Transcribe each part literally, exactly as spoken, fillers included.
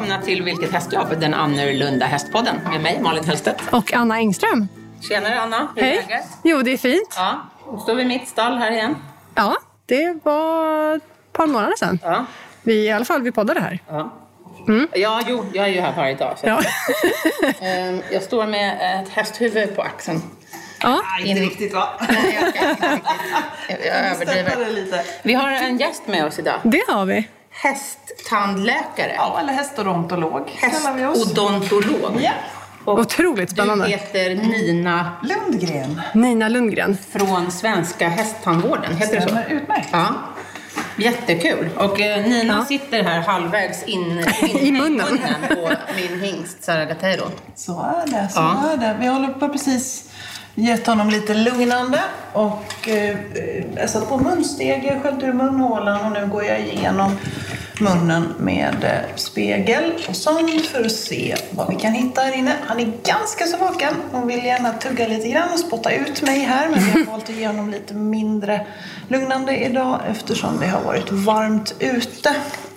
välkomna till Vilket hästjobb, den annorlunda hästpodden med mig, Malin Hellstedt. Och Anna Engström. Tjenare Anna, hur är Hej. läget? Jo, det är fint. Ja, då står vi i mitt stall här igen. Ja, det var ett par månader sedan. Ja. Vi, I alla fall, vi poddade här. Ja. Mm. Ja, jo, jag är ju här varje dag. Så. Ja. Ehm, jag står med ett hästhuvud på axeln. Ja. Nej, inte riktigt va? Nej, jag, kan inte riktigt. jag, jag överdriver. Lite. Vi har en gäst med oss idag. Det har vi. Hästtandläkare. Ja, eller hästodontolog kallar vi oss. Hästodontolog. Ja. Och Otroligt spännande. du heter Nina Lundgren. Nina Lundgren. från Svenska hästtandvården. Heter det så? Stämmer utmärkt. Ja. Jättekul. Och eh, Nina Ja. sitter här halvvägs in, in I munnen. på min hingst Saragateiro. Så är det, så Ja. är det. Vi håller på precis gett honom lite lugnande och eh, jag satt på munsteg, sköljt ur munhålan och nu går jag igenom munnen med eh, spegel och sånt för att se vad vi kan hitta här inne. Han är ganska så vaken och vill gärna tugga lite grann och spotta ut mig här, men vi har valt att ge honom lite mindre lugnande idag eftersom det har varit varmt ute.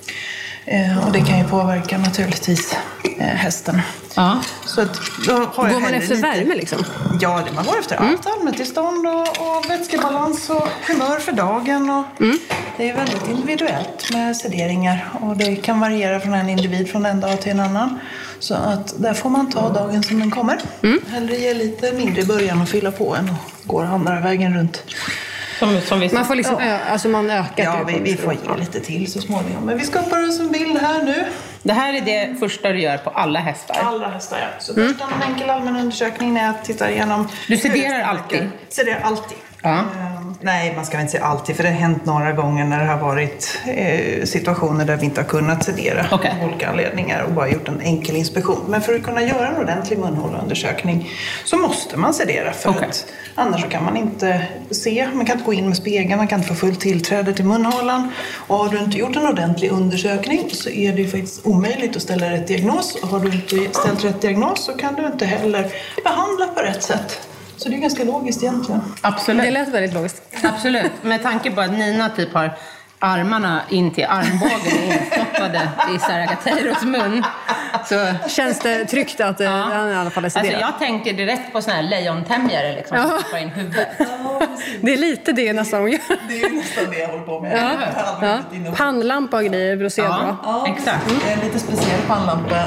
Eh, och det kan ju påverka naturligtvis eh, hästen. Ja. Så att, då har jag Går man hellre efter lite... värme liksom? Ja, det man går efter allt. Allmäntillstånd och, och vätskebalans och humör för dagen. Och Mm. Det är väldigt individuellt med sederingar. Och det kan variera från en individ från en dag till en annan. Så att där får man ta dagen som den kommer. Mm. Hellre ge lite mindre i början och fylla på än och gå andra vägen runt. Som, som vi Man får liksom, ö- alltså man ökar. Ja, typ. vi, vi får ge lite till så småningom. Men vi skapar oss en bild här nu. Det här är det första du gör på alla hästar. Alla hästar, ja. Så först en enkel allmän undersökning när jag tittar igenom... Du sederar alltid? Sederar alltid. Ja. Ehm, nej, man ska väl inte säga alltid, för det har hänt några gånger när det har varit eh, situationer där vi inte har kunnat sedera Okej. av olika anledningar och bara gjort en enkel inspektion. Men för att kunna göra en ordentlig munhåleundersökning så måste man sedera, för Okej. att annars så kan man inte se, man kan inte gå in med spegeln, man kan inte få fullt tillträde till munhålan. Och har du inte gjort en ordentlig undersökning så är det ju faktiskt omöjligt att ställa rätt diagnos. Och har du inte ställt rätt diagnos så kan du inte heller behandla på rätt sätt. Så det är ganska logiskt egentligen. Absolut. Det lät väldigt logiskt. Absolut. Med tanke på att Nina typ har armarna in till armbågen instoppade i Saragateiros mun. Så... Känns det tryggt att ja. han i alla fall är Alltså sederad? jag tänker direkt på såna här lejontämjare liksom. Ja. Som stoppar in huvudet. Det är lite det nästan hon gör. Det är nästan det jag håller på med. Ja. Jag har aldrig Ja. varit inne och- Pannlampa och grejer för att se bra. Ja, Exakt. Det är en lite speciell pannlampa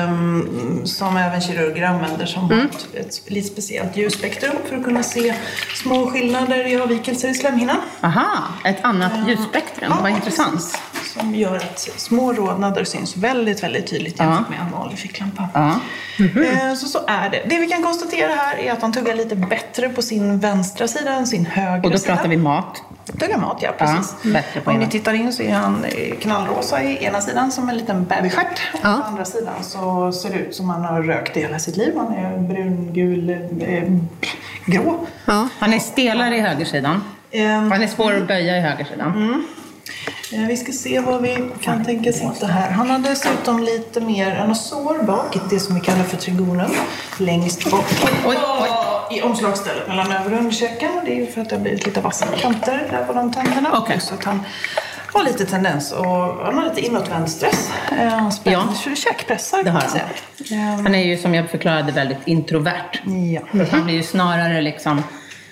um, som även kirurger använder som Mm. har ett, ett lite speciellt ljusspektrum för att kunna se små skillnader i avvikelser i slemhinnan. Aha, ett annat ljusspektrum. Vad intressant. precis. Som gör att små rodnader syns väldigt, väldigt tydligt jämfört Ja. med en vanlig ficklampa. Ja. Eh, Så så är det. Det vi kan konstatera här är att han tuggar lite bättre på sin vänstra sida än sin högra Och då sida. pratar vi mat. Tuggar mat, ja precis. Ja, bättre på Om ni ena. tittar in så är han eh, knallrosa i ena sidan som en liten babystjärt. Och Ja. på andra sidan så ser det ut som han har rökt i hela sitt liv. Han är brun, gul, eh, grå. Ja. Han är stelare i högersidan. Ehm, Han är svår att böja i högersidan. Eh, Vi ska se vad vi kan tänka sitta här. Han har dessutom lite mer, han har sår bak, det som vi kallar för trigonum, längst bak. Oj, oj. I omslagsstället mellan över och underkäken. Och det är ju för att det har blivit lite vassa kanter där på de tänderna. Okej. Så att han har lite tendens och han har lite inåtvänd stress. Eh, Han spänner Ja. käkpressar Det har kan man han. säga. Ehm, Han är ju som jag förklarade väldigt introvert. Ja. Så han blir ju snarare liksom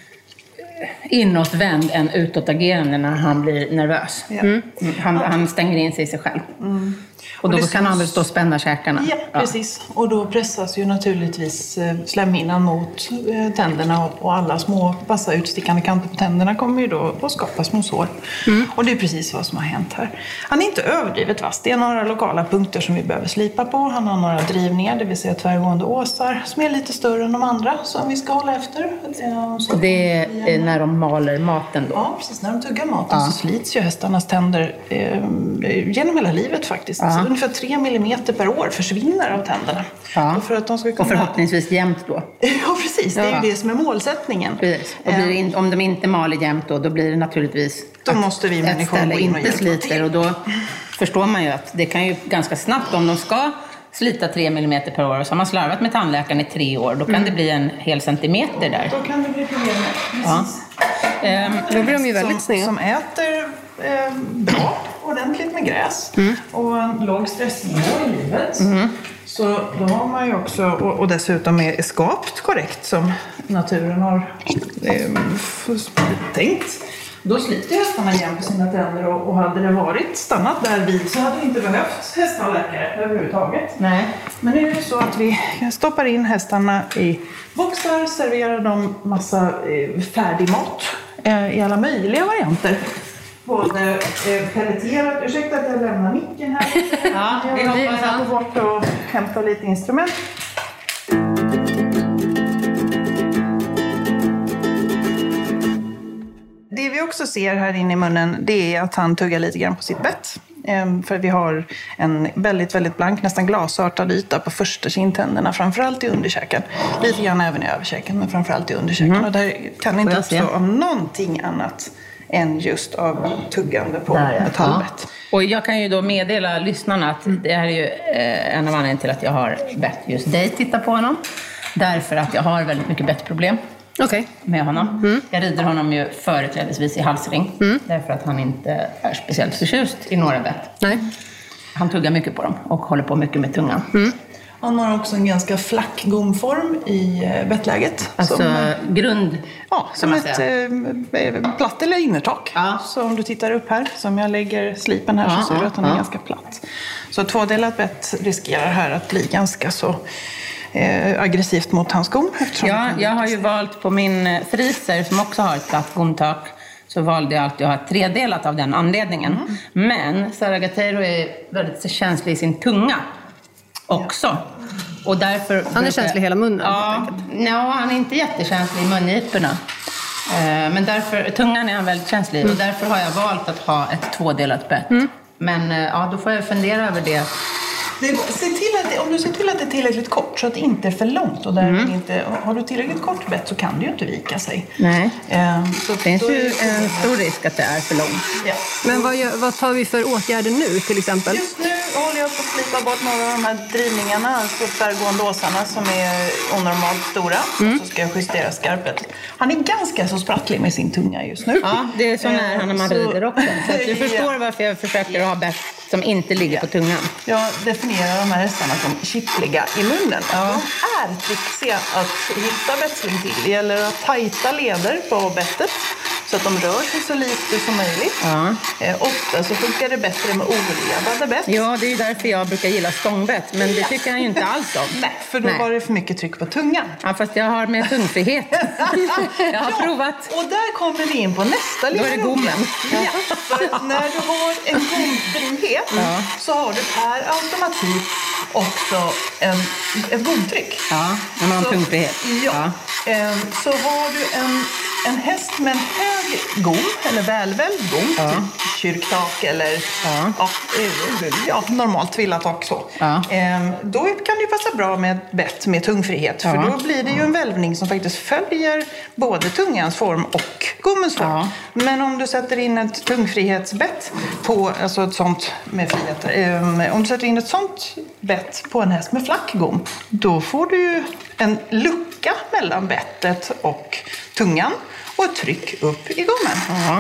inåtvänd än utåtagerande när han blir nervös. Ja. Mm. Han, han stänger in sig i sig själv. Och då det kan syns- han väl stå och spänna käkarna. Ja, precis. Och då pressas ju naturligtvis eh, slemhinnan mot eh, tänderna och, och alla små vassa utstickande kanter på tänderna kommer ju då att skapa små sår. Och det är precis vad som har hänt här. Han är inte överdrivet vass. Det är några lokala punkter som vi behöver slipa på. Han har några drivningar, det vill säga tvärgående åsar, som är lite större än de andra som vi ska hålla efter. Eh, så- Och det är när de maler maten då. Ja, precis. När de tuggar maten så slits ju hästarnas tänder eh, genom hela livet faktiskt. Ja. Så ungefär tre millimeter per år försvinner av tänderna. Ja. Och, för att de ska kunna... Och förhoppningsvis jämnt då. Ja, precis. Det är Ja. ju det som är målsättningen. Precis. Och blir det in, om de inte maler jämnt då, då blir det naturligtvis Då att måste vi ett människor ställe gå in och inte hjälpa sliter. till. Och då förstår man ju att det kan ju ganska snabbt, om de ska slita tre millimeter per år och så har man slarvat med tandläkaren i tre år, då kan det bli en hel centimeter där. Då kan det bli problem. Ja. Ehm, Då blir de ju väldigt Som, sneda. som äter eh, bra, ordentligt. ordentligt med gräs mm. och en låg stressnivå i livet. Mm. Så då har man ju också, och, och dessutom är skapt korrekt som naturen har eh, tänkt. Då sliter hästarna igen på sina tänder och, och hade det varit stannat där vid så hade det inte behövts hästtandläkare överhuvudtaget. Nej. Men nu är det så att vi stoppar in hästarna i boxar, serverar dem massa eh, färdig mat eh, i alla möjliga varianter. Både eh, pelleterat, ursäkta att jag lämnar micken här. Ja, vi hoppas att gå bort och hämta lite instrument. Det vi också ser här inne i munnen, det är att han tuggar lite grann på sitt bett. För vi har en väldigt, väldigt blank, nästan glasartad yta på första kindtänderna, framförallt i underkäken. Lite grann även i överkäken, men framförallt i underkäken. Mm. Och där kan inte uppstå av någonting annat än just av tuggande på Där, ja. metallbett. Ja. Och jag kan ju då meddela lyssnarna att det här är ju eh, en av anledningarna till att jag har bett just dig titta på honom. Därför att jag har väldigt mycket bettproblem. Okay. Med honom. Mm. Jag rider honom ju företrädesvis i halsring. Mm. Därför att han inte är speciellt förtjust i några bett. Nej. Han tuggar mycket på dem och håller på mycket med tungan. Mm. Han har också en ganska flack gomform i bettläget. Alltså som, grund? Ja, som ett eh, platt eller innertak. Ja. Så om du tittar upp här, som jag lägger slipen här, ja, så ser du att han ja. är ganska platt. Så tvådelat bett riskerar här att bli ganska så eh, aggressivt mot hans gom. Ja, jag har ju valt på min friser som också har ett platt gomtak. Så valde jag alltid att ha tredelat av den anledningen. Mm. Men Saragatero är väldigt känslig i sin tunga också. Ja. Och därför han är känslig i hela munnen? Ja, ja, han är inte jättekänslig i mungiporna. Men därför, tungan är han väldigt känslig mm. och därför har jag valt att ha ett tvådelat bett. Mm. Men ja, då får jag fundera över det. Det, se till att, om du ser till att det är tillräckligt kort så att det inte är för långt och därmed mm. inte, har du tillräckligt kort bett så kan det ju inte vika sig. Nej, um, så det finns ju en stor risk att det är för långt. Ja. Men vad, gör, vad tar vi för åtgärder nu till exempel? Just nu håller jag på att slipa bort några av de här drivningarna, alltså tvärgåendåsarna som är onormalt stora. Mm. Så ska jag justera skarpet. Han är ganska så sprattlig med sin tunga just nu. Ja, det är så när han när man rider också. Så att du förstår ja. varför jag försöker ha bett som inte ligger ja. på tungan. Jag definierar de här hästarna som chippliga i munnen. Ja. De är trixiga att hitta betsling till. Det gäller att tajta leder på bettet så att de rör sig så lite som möjligt. Ja. Eh, ofta så funkar det bättre med oledade bett. Ja, det är ju därför jag brukar gilla stångbett. Men det tycker han ju inte alls om. Nej, för då Nej. var det för mycket tryck på tungan. Ja, fast jag har med tungfrihet. jag har ja, provat. Och där kommer vi in på nästa lilla. Då är det gommen. Ja, för när du har en gomfrihet ja. så har du per automatik också en, ett gomtryck. Ja, när man har tungfrihet. Ja, ja. Så har du en, en häst med en hög gom, eller välvälld gom, ja. typ kyrktak eller ja. Ja, ja, normalt villatak så. Ja. Då kan det passa bra med ett bett med tungfrihet. Ja. För då blir det ju en välvning som faktiskt följer både tungans form och gommens form. Ja. Men om du sätter in ett tungfrihetsbett på, alltså ett sånt med frihet, om du sätter in ett sånt bett på en häst med flack gom, då får du ju en lucka mellan bettet och tungan och ett tryck upp i gommen. Ja.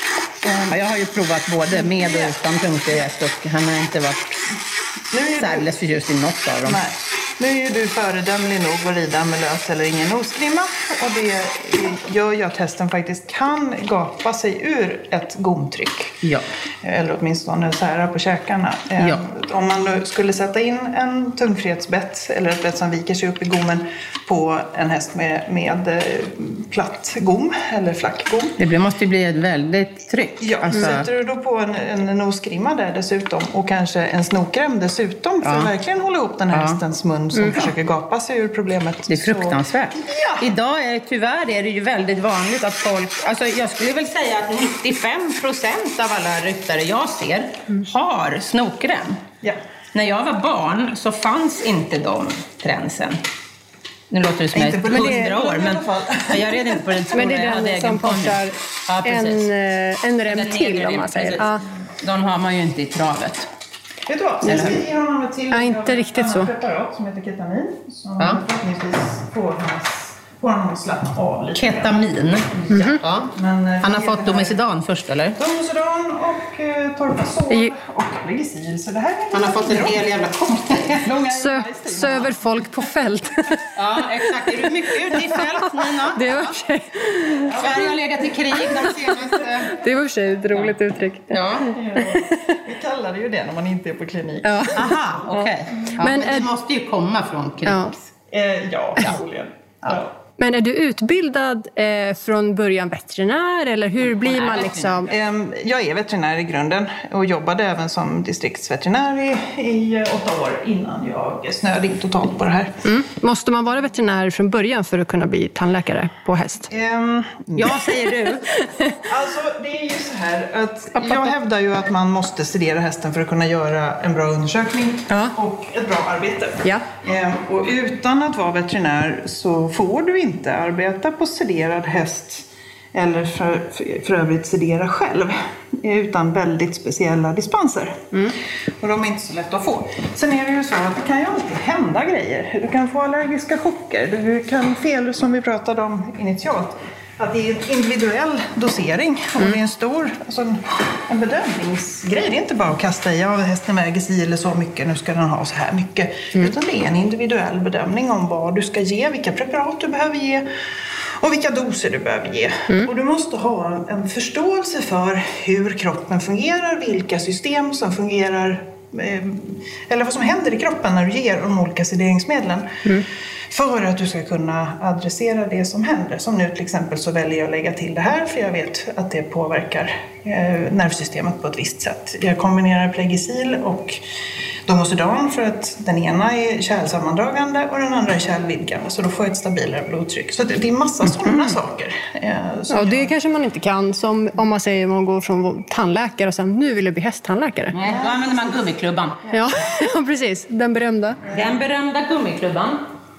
Jag har ju provat både med och utan tungfrihet och han har inte varit särskilt förtjust i något av dem. Nej. Nu är ju du föredömlig nog att rida med lös eller ingen nosgrimma och det gör ju att hästen faktiskt kan gapa sig ur ett gomtryck. Ja. Eller åtminstone sära på käkarna. Ja. Om man nu skulle sätta in en tungfrihetsbett eller ett bett som viker sig upp i gommen på en häst med, med platt gom eller flack gom. Det måste ju bli ett väldigt tryck. Ja, alltså... sätter du då på en, en nosgrimma där dessutom och kanske en snokrem dessutom för ja. att verkligen hålla ihop den här ja. hästens mun som mm. försöker gapa sig ur problemet. Det är fruktansvärt. Ja. Idag är tyvärr är det ju väldigt vanligt att folk, alltså jag skulle väl säga att nittiofem procent av alla ryttare jag ser mm. har snokrem. Ja. När jag var barn så fanns inte de trendsen. Nu låter det som jag är hundra år, men ja, jag red inte på det. Men det är den som kostar ja, en, en rem till om man säger. Ja. De har man ju inte i travet. Vet du vad? Jag ska ge honom ett till ja, inte riktigt så. preparat som heter ketamin. Som ja. förhoppningsvis får hans får honom att slappna av lite. Ketamin. Mm-hmm. Ja. Men, han har fått Domesidan först, eller? Domesidan och eh, Torpasol och Regisil. Så det här är han har fått en hel jävla cocktail. Sö, söver folk på fält. Ja, exakt. Är du mycket ute i fält, Nina? Det var för sig. Sverige har legat i krig de senaste... Det var för sig ett roligt ja. uttryck. Ja. Vi kallar det ju det när man inte är på klinik. Ja. Aha, okej. Okay. Ja, men, men det måste ju komma från krig. Ja, eh, ja förmodligen. Ja. Men är du utbildad eh, från början veterinär eller hur blir man liksom? Jag är veterinär i grunden och jobbade även som distriktsveterinär i, i åtta år innan jag snöade in totalt på det här. Mm. Måste man vara veterinär från början för att kunna bli tandläkare på häst? Um, ja, säger du. Alltså det är ju så här att jag hävdar ju att man måste studera hästen för att kunna göra en bra undersökning ja. och ett bra arbete. Ja. Um, och utan att vara veterinär så får du inte arbeta på sederad häst eller för, för, för övrigt sedera själv utan väldigt speciella dispenser. Mm. Och de är inte så lätt att få. Sen är det ju så att det kan ju alltid hända grejer. Du kan få allergiska chocker. Du kan fel som vi pratade om initialt. Att det är en individuell dosering och mm. det är en stor alltså en, en bedömningsgrej. Det är inte bara att kasta i, ja hästen väger sig eller så mycket, nu ska den ha så här mycket. Mm. Utan det är en individuell bedömning om vad du ska ge, vilka preparat du behöver ge och vilka doser du behöver ge. Mm. Och du måste ha en förståelse för hur kroppen fungerar, vilka system som fungerar eller vad som händer i kroppen när du ger de olika sederingsmedlen. Mm. För att du ska kunna adressera det som händer. Som nu till exempel så väljer jag att lägga till det här för jag vet att det påverkar eh, nervsystemet på ett visst sätt. Jag kombinerar Plegisil och Domesidan för att den ena är kärlsammandragande och den andra är kärlvidgande. Så då får jag ett stabilare blodtryck. Så det, det är massa sådana mm. saker. Eh, ja, det jag... kanske man inte kan. Som om man säger att man går från tandläkare och sen nu vill jag bli hästtandläkare. Nej, då använder man gummiklubban. Ja, ja precis. Den berömda. Den berömda gummiklubban.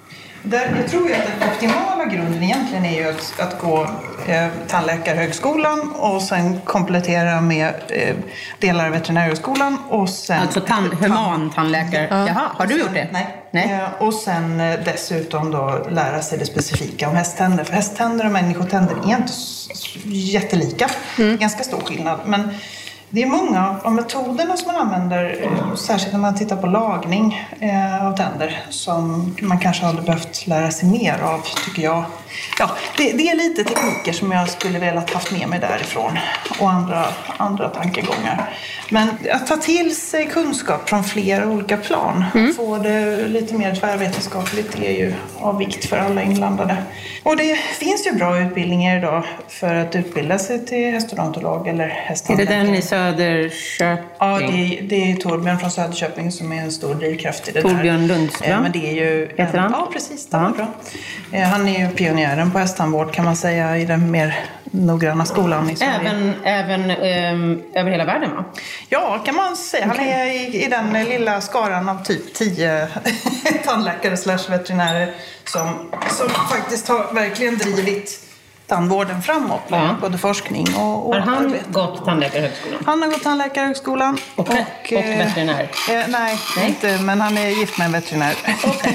Där, jag tror ju att den optimala grunden egentligen är ju att, att gå eh, tandläkarhögskolan och sen komplettera med eh, delar av veterinärhögskolan och sen... Alltså tand, human tandläkare. Ja. Jaha, har du gjort det? Nej. Nej. Eh, och sen eh, dessutom då lära sig det specifika om hästtänder. För hästtänder och människotänder är inte så jättelika. Mm. Ganska stor skillnad. Men det är många av metoderna som man använder, särskilt när man tittar på lagning av tänder, som man kanske hade behövt lära sig mer av, tycker jag. Ja, det, det är lite tekniker som jag skulle vilja haft med mig därifrån och andra, andra tankegångar. Men att ta till sig kunskap från flera olika plan och mm. få det lite mer tvärvetenskapligt är ju av vikt för alla inblandade. Och det finns ju bra utbildningar idag för att utbilda sig till hästodontolog eller hästtandläkare. Är det den i Söderköping? Ja, det är, det är Torbjörn från Söderköping som är en stor drivkraft i det Torbjörn där. Torbjörn Lundström? Men det är ju... Heter han? Ja, precis. Det var bra. Han är ju pionjären på hästtandvård kan man säga i den mer noggranna skolan i Sverige. Även, även um, över hela världen, va? Ja, kan man säga. Han är i, i den lilla skaran av typ tio tandläkare slash veterinärer som, som faktiskt har verkligen drivit tandvården framåt med ja. både forskning och, och Har han arbete. gått tandläkarhögskolan? Han har gått tandläkarhögskolan. Och, och, och veterinär? Eh, eh, nej, nej, inte, men han är gift med en veterinär. Okay.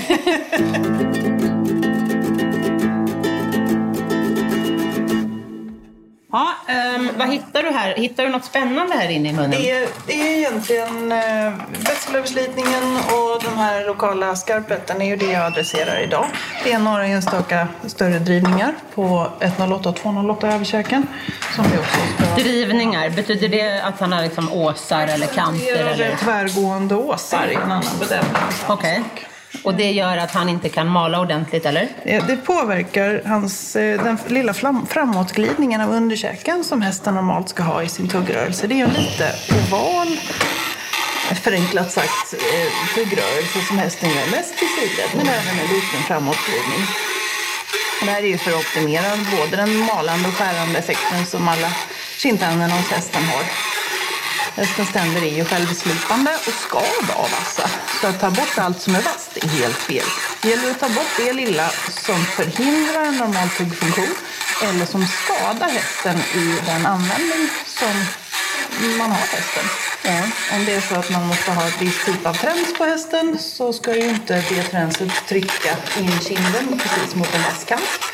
Ja, um, vad hittar du här? Hittar du något spännande här inne i munnen? Det är, det är egentligen eh, vätskelöverslitningen och de här lokala skarprätten är ju det jag adresserar idag. Det är några enstaka större drivningar på ett noll åtta och två noll åtta överkäken. Som vi också ska... Drivningar, betyder det att han har liksom åsar eller kanter? Det är eller? tvärgående åsar i en annan bedömning. Okej. Okay. Och det gör att han inte kan mala ordentligt, eller? Det påverkar hans, den lilla fram, framåtglidningen av underkäken som hästen normalt ska ha i sin tuggrörelse. Det är en lite oval, förenklat sagt, tuggrörelse som hästen gör mest i sidled, men även en liten framåtglidning. Det här är ju för att optimera både den malande och skärande effekten som alla kindtänderna hos hästen har. Hästens tänder är ju självslipande och ska vara vassa. Så att ta bort allt som är vasst är helt fel. Det gäller att ta bort det lilla som förhindrar en normal tuggfunktion eller som skadar hästen i den användning som man har hästen. Ja. Om det är så att man måste ha ett visst typ av träns på hästen så ska ju inte det tränset trycka in kinden precis mot en vasskant.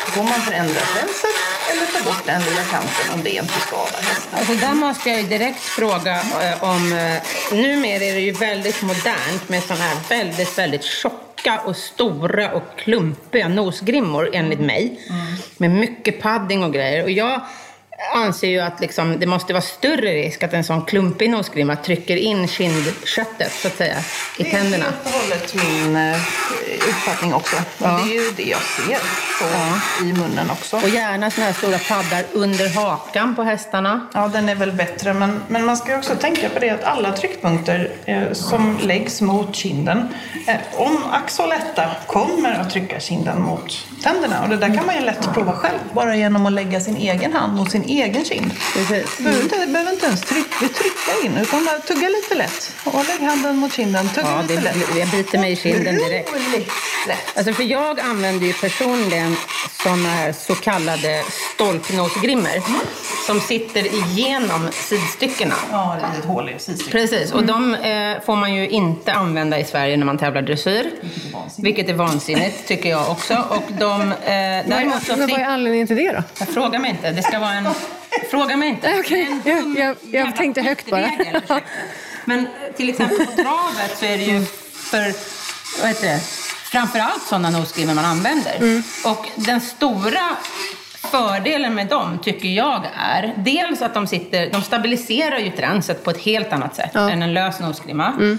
Går man för ändra ränset eller ta bort den lilla kanten om det inte skadar hästen? Alltså där måste jag ju direkt fråga eh, om... Eh, numera är det ju väldigt modernt med sådana här väldigt, väldigt tjocka och stora och klumpiga nosgrimmor enligt mig. Mm. Med mycket padding och grejer. Och jag anser ju att liksom, det måste vara större risk att en sån klumpig nosgrimma trycker in kindköttet så att säga i tänderna. Det är helt och hållet min uh, uppfattning också. Ja. Det är ju det jag ser på, ja. I munnen också. Och gärna såna här stora paddar under hakan på hästarna. Ja, den är väl bättre. Men, men man ska också tänka på det att alla tryckpunkter eh, som läggs mot kinden, eh, om axolätta kommer att trycka kinden mot tänderna. Och det där kan man ju lätt prova själv. Bara genom att lägga sin egen hand mot sin egen kind. Precis. Du behöver inte, behöver inte ens trycka, trycka in, utan bara tugga lite lätt. Och lägg handen mot kinden, tugga ja, lite det, lätt. Jag biter mig i kinden direkt. Lätt. Alltså för jag använder ju personligen såna här så kallade stolpnosgrimmer mm. som sitter igenom sidstyckena. Ja, det är ett hål i sidstycken. Precis, och mm. de eh, får man ju inte använda i Sverige när man tävlar dressyr. Vilket är vansinnigt, Vilket är vansinnigt tycker jag också. Och de, eh, däremot så men vad är anledningen till det då? Jag frågar mig inte, det ska vara en... Fråga mig inte. Okay. Jag, jag, jag tänkte högt bara. Men till exempel på travet så är det ju för, vad heter det, framförallt sådana nosgrimmor man använder. Mm. Och den stora fördelen med dem tycker jag är dels att de sitter, de stabiliserar ju tränset på ett helt annat sätt ja. än en lös nosgrimma. Mm.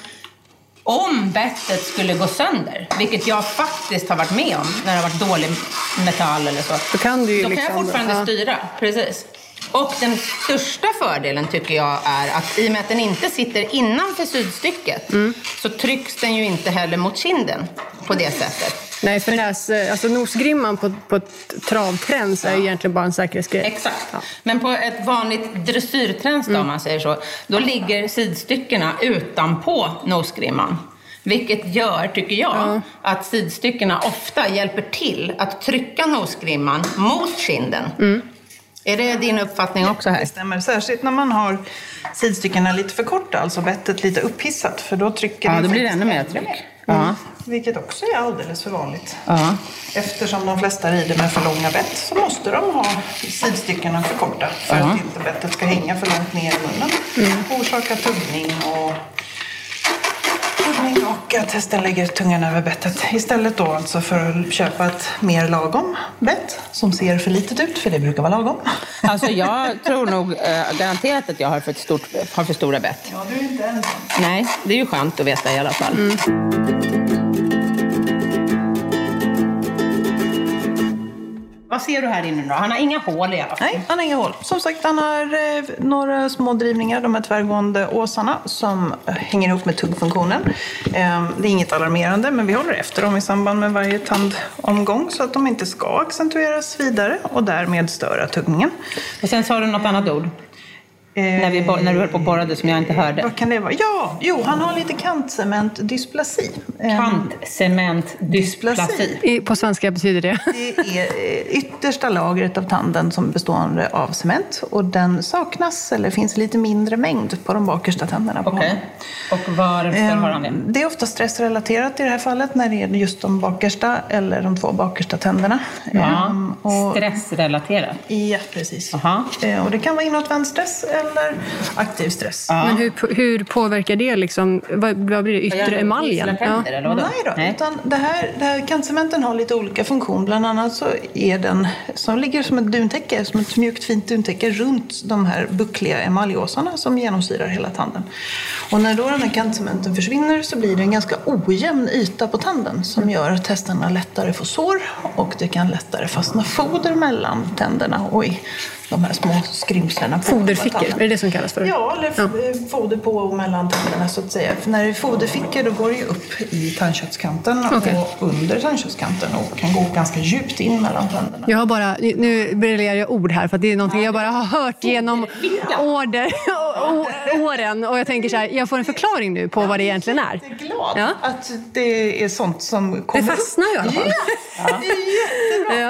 Om bettet skulle gå sönder, vilket jag faktiskt har varit med om när det har varit dålig metall eller så, då kan, du ju då liksom, kan jag fortfarande ja. styra. Precis. Och den största fördelen tycker jag är att i och med att den inte sitter innanför sydstycket mm. så trycks den ju inte heller mot kinden på det sättet. Nej, för näs, alltså nosgrimman på, på ett travträns ja. är egentligen bara en säkerhetsgrej. Exakt. Ja. Men på ett vanligt dressyrträns då, mm. om man säger så, då ligger sidstyckena utanpå nosgrimman. Vilket gör, tycker jag, ja. att sidstyckena ofta hjälper till att trycka nosgrimman mot kinden. Mm. Är det din uppfattning också här? Det stämmer, särskilt när man har sidstyckena lite för korta, alltså bettet lite upphissat, för då trycker ja, det då blir det ännu mer tryck. Mm. Ja. Vilket också är alldeles för vanligt. Ja. Eftersom de flesta rider med för långa bett så måste de ha sidstyckena för korta för ja. att inte bettet ska hänga för långt ner i munnen. Mm. Orsaka tuggning och och att hästen lägger tungan över bettet. Istället då alltså för att köpa ett mer lagom bett som ser för litet ut, för det brukar vara lagom. Alltså jag tror nog eh, garanterat att jag har för, ett stort, har för stora bett. Ja, du är inte ensam. Nej, det är ju skönt att veta i alla fall. Mm. Vad ser du här inne då? Han har inga hål i alla fall. Nej, han har inga hål. Som sagt, han har eh, några små drivningar, de här tvärgående åsarna som hänger ihop med tuggfunktionen. Eh, det är inget alarmerande, men vi håller efter dem i samband med varje tandomgång så att de inte ska accentueras vidare och därmed störa tuggningen. Och sen sa du något annat ord? När, vi, när du höll på och borrade som jag inte hörde. Vad kan det vara? Ja, jo, han har lite kantcementdysplasi. Kantcementdysplasi. På svenska betyder det? Det är yttersta lagret av tanden som består av cement. Och den saknas eller finns lite mindre mängd på de bakersta tänderna på okay. honom. Och varför har han det? Det är ofta stressrelaterat i det här fallet när det är just de bakersta eller de två bakersta tänderna. Ja, um, och, stressrelaterat? Ja, precis. Aha. Och det kan vara inåtvänd stress eller aktiv stress. Ja. Men hur, hur påverkar det liksom, vad, vad blir det, yttre emaljen? Ja. Nej då, Nej. Utan det här, det här kantcementen har lite olika funktion. Bland annat så är den som ligger som ett duntäcke, som ett mjukt fint duntäcke runt de här buckliga emaljåsarna som genomsyrar hela tanden. Och när då den här kantcementen försvinner så blir det en ganska ojämn yta på tanden som gör att hästarna lättare får sår och det kan lättare fastna foder mellan tänderna och i de här små skrymslarna. Foderfickor, är det det som kallas för? Ja, eller ja. foder på och mellan tänderna så att säga. För när det är foderfickor då går det ju upp i tandköttskanten okay. och under tandköttskanten och kan gå ganska djupt in mellan tänderna. Jag har bara, nu briljerar jag ord här för att det är någonting jag bara har hört genom order, åren och jag tänker så här, jag får en förklaring nu på vad det egentligen är. Jag är glad ja. att det är sånt som kommer det fastnar ju i alla fall. Ja, det är jättebra. Ja.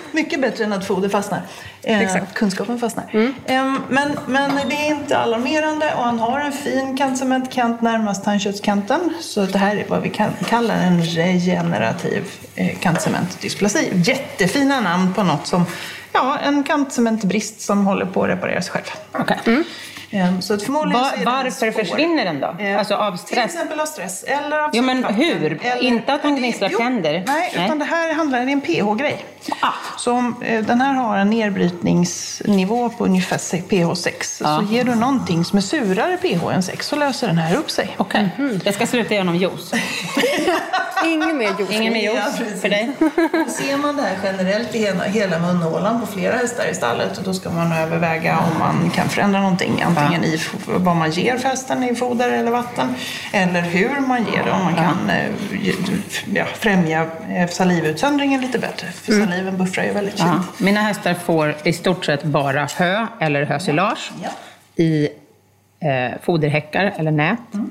Mycket bättre än att foder fastnar. Eh, Exakt. Kunskapen fastnar. Mm. Eh, men, men det är inte alarmerande och han har en fin kantcementkant närmast tandköttskanten. Så det här är vad vi kan, kallar en regenerativ eh, kantcementdysplasi. Jättefina namn på något som, ja, en kantcementbrist som håller på att reparera sig själv. Okej. Okay. Mm. Så att förmodligen Va, så är varför försvinner den då? Eh, alltså av stress? Till exempel av stress. Eller av jo, men hur? Eller, inte att han gnisslar tänder? Nej, nej, utan det här handlar om en pH-grej. Ah. Så om eh, den här har en nedbrytningsnivå på ungefär pH sex. Ah. Så ger du någonting som är surare pH än sex så löser den här upp sig. Okej, okay. mm. Jag ska sluta göra någon juice. Ingen mer juice. Ingen mer juice ja, för dig. Ser man det här generellt i hela, hela munhålan på flera hästar i stallet, och då ska man överväga om man kan förändra någonting. Antingen ah. i vad man ger för hästen i foder eller vatten, eller hur man ger det. Om man kan ah. ja, främja salivutsöndringen lite bättre. För mm. saliven buffrar ju väldigt fint. Ah. Mina hästar får i stort sett bara hö eller hösilage ja. Ja. i eh, foderhäckar eller nät. Mm.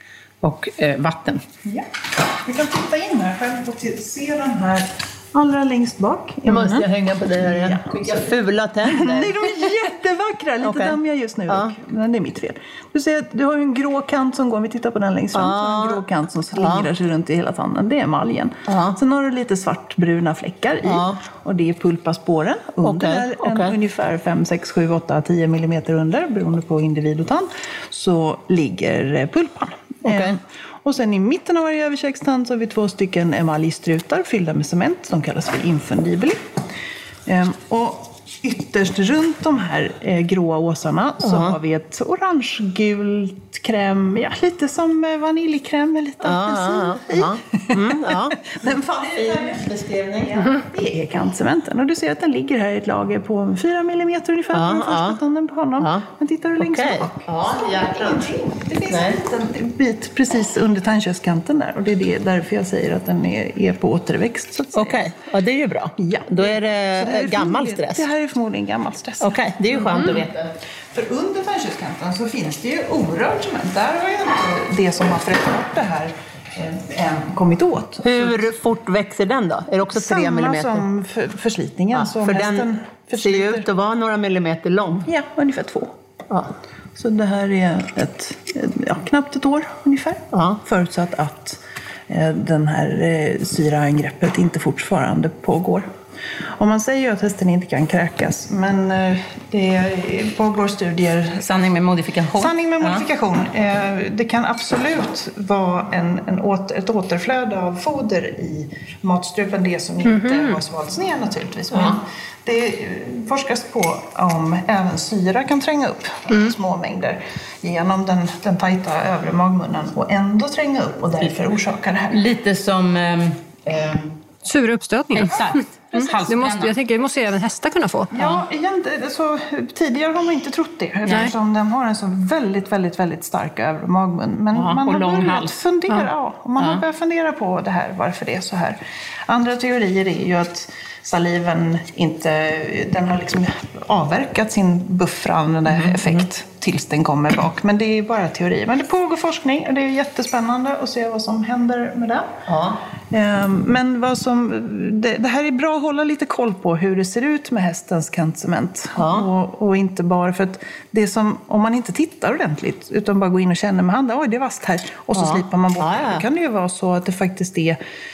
Och eh, vatten. Ja. Vi kan titta in här själv och se den här allra längst bak. Jag måste jag hänga på dig här igen. Vilka fula tänder. Nej, de är jättevackra. Lite okay. dammiga just nu. Ja. Men det är mitt fel. Du ser att du har ju en grå kant som går. Om vi tittar på den längst fram. Ja. Så har en grå kant som slingrar ja. sig runt i hela tanden. Det är maljen. Ja. Sen har du lite svartbruna fläckar i. Ja. Och det är pulpasporen. Under okay. en okay. ungefär fem, sex, sju, åtta, tio millimeter under. Beroende på individ och tand. Så ligger pulpan. Okay. Och sen i mitten av varje överkäkstand så har vi två stycken emaljstrutar fyllda med cement. De kallas för infundibili. Ehm, och ytterst runt de här eh, gråa åsarna så uh-huh. har vi ett orangegult kräm. Ja, lite som eh, vaniljkräm med lite uh-huh. uh-huh. mm, ja. Den fan fin beskrivning. Ja. Det är kantcementen. Och du ser att den ligger här i ett lager på fyra millimeter ungefär uh-huh. på den första tanden på honom. Uh-huh. Men tittar du längst okay. bak. Ja, ingenting. Det finns Nej. en liten bit precis under tandköttskanten där. Och det är det, därför jag säger att den är, är på återväxt. Okej, okay. Ja, det är ju bra. Ja. Då är det, det är gammal stress. Det här är förmodligen gammal stress. Okej, okay. Det är ju skönt mm. att veta. För under tandköttskanten så finns det ju orörd cement. Där har ju inte det som har frätt bort det här än kommit åt. Hur så fort växer den då? Är det också tre samma millimeter? Samma som för, förslitningen. Ja, som för den ser ju ut att vara några millimeter lång. Ja, ungefär två. Ja. Så det här är ett, ja, knappt ett år ungefär. Ja. Förutsatt att eh, den här eh, syraangreppet inte fortfarande pågår. Och man säger ju att hästen inte kan kräkas, men det pågår studier. Sanning med modifikation. Sanning med modifikation. Ja. Det kan absolut vara en, en åter, ett återflöde av foder i matstrupen, det som inte mm-hmm. har svalts ner naturligtvis. Men ja. det forskas på om även syra kan tränga upp mm. små mängder genom den, den tajta övre magmunnen och ändå tränga upp och därför orsakar det här. Lite som... Ähm, ähm, sura uppstötningar. Exakt. Mm. Det måste, jag tänker, det måste även hästar kunna få. Ja, egentligen, så, tidigare har man inte trott det. Eftersom den har en så väldigt, väldigt, väldigt stark övre magmun. Men ja, man, har lång börjat fundera, ja. Ja, man ja. har börjat fundera på det här, varför det är så här. Andra teorier är ju att saliven inte, den har liksom avverkat sin buffrande mm. effekt tills den kommer bak. Men det är bara teori. Men det pågår forskning och det är jättespännande att se vad som händer med det. Ja. Men vad som, det, det här är bra att hålla lite koll på hur det ser ut med hästens kantcement. Ja. Och, och inte bara för att det som, om man inte tittar ordentligt utan bara går in och känner med handen, oj det är vasst här. Och så ja. slipar man bort ja, ja. det. Då kan det ju vara så att det faktiskt är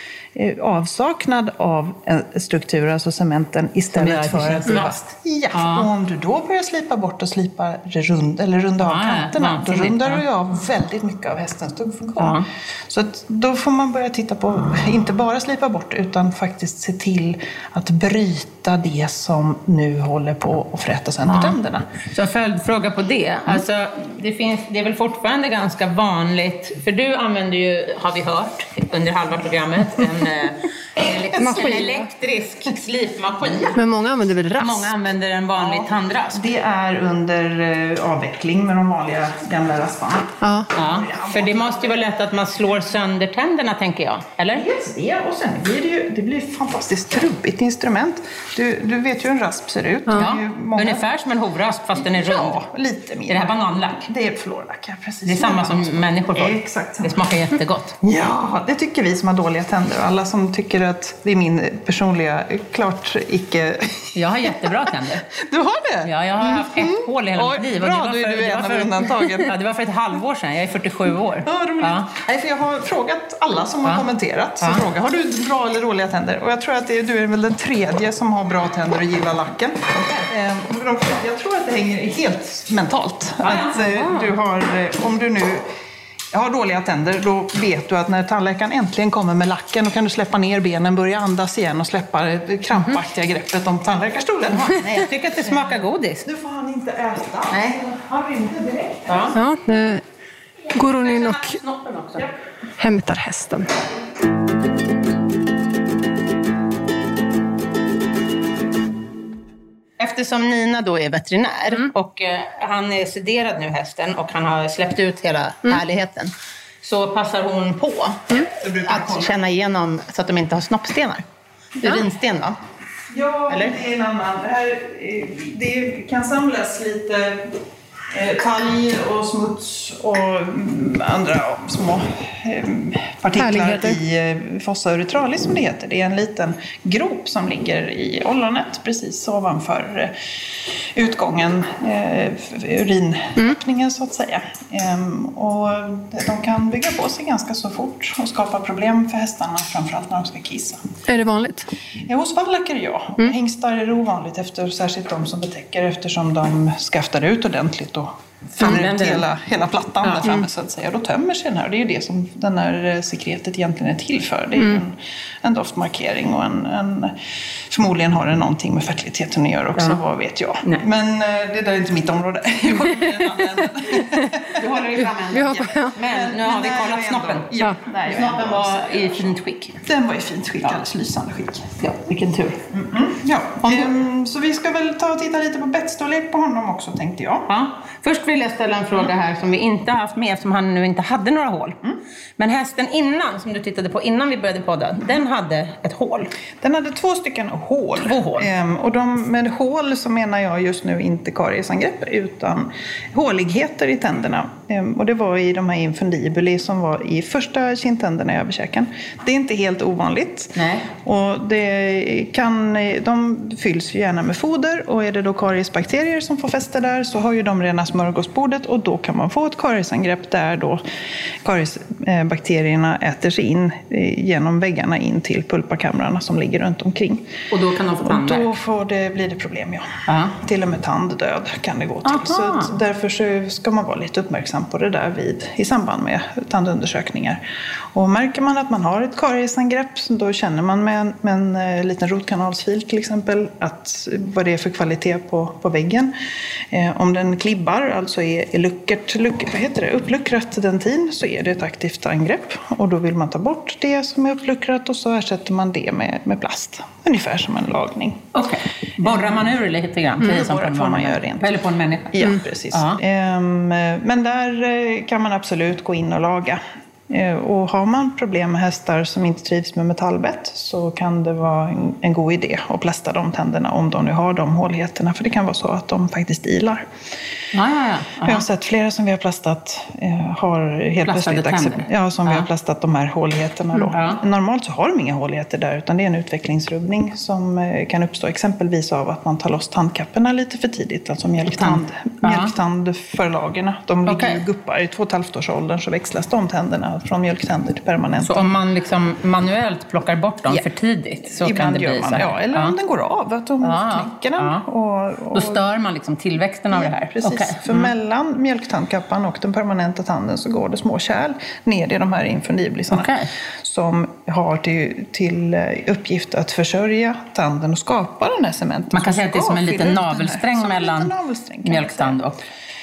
avsaknad av en struktur, alltså cementen, istället för att det vast. Ja, ja. Och om du då börjar slipa bort och slipa rund, eller runda av ja, kanterna, ja, då rundar du av väldigt mycket av hästens tuggfunktion. Ja. Så att då får man börja titta på, inte bara slipa bort, utan faktiskt se till att bryta det som nu håller på att fräta sönder ja. tänderna. Så en följdfråga på det. Mm. Alltså, det, finns, det är väl fortfarande ganska vanligt, för du använder ju, har vi hört, under halva programmet, en En, en elektrisk slipmaskin. Men många använder väl rasp? Många använder en vanlig ja, tandrasp. Det är under eh, avveckling med de vanliga gamla rasparna. Ja. Ja, för det måste ju vara lätt att man slår sönder tänderna, tänker jag. Eller? Dels det, och sen blir det ju det blir ett fantastiskt trubbigt instrument. Du, du vet ju hur en rasp ser ut. Ja. Det är ju många... Ungefär som en hovrasp fast den är rund. Ja, lite mer. Är det här bananlack? Det är florlack, ja, precis. Det är samma som människor får. Exakt. Det smakar jättegott. Ja, det tycker vi som har dåliga tänder. Alla som tycker att Det är min personliga, klart icke... Jag har jättebra tänder. Du har det? Ja, jag har haft ett hål i hela Oj, mitt liv. bra, Och det var då är för, du en av undantagen. Ja, det var för ett halvår sedan. Jag är fyrtiosju år. Ja, roligt. Ja. Nej, för jag har frågat alla som ja. har kommenterat. Så ja. fråga, har du bra eller dåliga tänder? Och jag tror att det är, du är väl den tredje som har bra tänder och gillar lacken. Okay. Eh, jag tror att det hänger helt mentalt. Ja, att eh, du har, om du nu... Jag har dåliga tänder, då vet du att när tandläkaren äntligen kommer med lacken, då kan du släppa ner benen, börja andas igen och släppa det krampaktiga greppet om tandläkarstolen. Nej, jag tycker att det smakar godis. Nu får han inte äta. Nej. Han rymde direkt. Ja, ja nu går hon in och hämtar hästen. Eftersom Nina då är veterinär mm. och eh, han är sederad nu, hästen, och han har släppt ut hela mm. härligheten, så passar hon på mm. att känna igenom så att de inte har snoppstenar. Ja. Urinsten då? Ja, eller? Det är en annan. Det, här, det kan samlas lite talg och smuts och andra små partiklar i fossa urethralis som det heter. Det är en liten grop som ligger i ollonet precis ovanför utgången, urinöppningen mm. så att säga. Och de kan bygga på sig ganska så fort och skapa problem för hästarna, framförallt när de ska kissa. Är det vanligt? Ja, hos vallacker ja. Mm. Hingstar är det ovanligt, efter, särskilt de som betäcker, eftersom de skaftar ut ordentligt och fyller ut hela, hela plattan ja. där framme så att säga. Då tömmer sig den här. Det är ju det som den här sekretet egentligen är till för. Det är mm. en, en doftmarkering och en, en, förmodligen har det någonting med fertiliteten att göra också, ja. vad vet jag. Nej. Men det där är inte mitt område. Du håller i fram en. Ja. Ja. Men nu har vi kollat snoppen. Ja. Nej, snoppen var i fint skick. Den var i fint skick, ja. alldeles lysande skick. Ja, vilken tur. Mm-hmm. Ja. Um, så vi ska väl ta och titta lite på bettstorlek på honom också, tänkte jag. Ja. Först vill jag ställa en fråga här som vi inte har haft med, eftersom han nu inte hade några hål. Mm. Men hästen innan, som du tittade på innan vi började podda, den hade ett hål. Den hade två stycken hål. Två hål. Ehm, och de, med hål så menar jag just nu inte kariesangrepp utan håligheter i tänderna. Ehm, och det var i de här infundibuli som var i första kindtänderna i överkäken. Det är inte helt ovanligt. Nej. Och det kan, de fylls ju gärna med foder, och är det då kariesbakterier som får fäste där så har ju de rena smörgåsbordet, och då kan man få ett kariesangrepp där då kariesbakterierna äter sig in genom väggarna in till pulpakamrarna som ligger runt omkring. Och då kan de få tandvärk? Och då får det, blir det problem, ja. Uh-huh. Till och med tanddöd kan det gå till. Uh-huh. Så att därför så ska man vara lite uppmärksam på det där vid, i samband med tandundersökningar. Och märker man att man har ett kariesangrepp, då känner man med en, med en, en liten rotkanalsfil till exempel att vad det är för kvalitet på, på väggen. Eh, om den klibbar, alltså är, är luckert, luck, vad heter det, uppluckrat dentin, så är det ett aktivt angrepp. Och då vill man ta bort det som är uppluckrat och så ersätter man det med, med plast. Ungefär som en lagning. Okej. Okay. Borrar man ur lite grann? Mm, som på får man göra rent. Eller på en människa? Ja, mm. precis. Uh-huh. Um, men där kan man absolut gå in och laga. Och har man problem med hästar som inte trivs med metallbett, så kan det vara en, en god idé att plasta de tänderna om de nu har de håligheterna. För det kan vara så att de faktiskt ilar. Ja, ja, ja. Jag har sett flera som vi har plastat eh, har helt Plastade plötsligt accept- ja, som ja. vi har plastat de här håligheterna då. Ja. Normalt så har de inga håligheter där, utan det är en utvecklingsrubbning som eh, kan uppstå exempelvis av att man tar loss tandkapporna lite för tidigt, alltså mjölktand, ja. mjölktandförlagerna. De ligger okay. ju guppar i två och ett halvt års åldern, så växlas de tänderna från mjölktänder till permanenta. Så om man liksom manuellt plockar bort dem ja. för tidigt så ibland kan det bli man, så här? Ja, eller ja. om den går av, att de ja. knäcker den. Ja. Och, och, Då stör man liksom tillväxten av ja, det här? Precis, okay. för mm. mellan mjölktandkappan och den permanenta tanden så går det små kärl ner i de här infundiblisarna okay. som har till, till uppgift att försörja tanden och skapa den här cementen. Man kan säga att det är som en liten navelsträng mellan navelsträng, mjölktand och...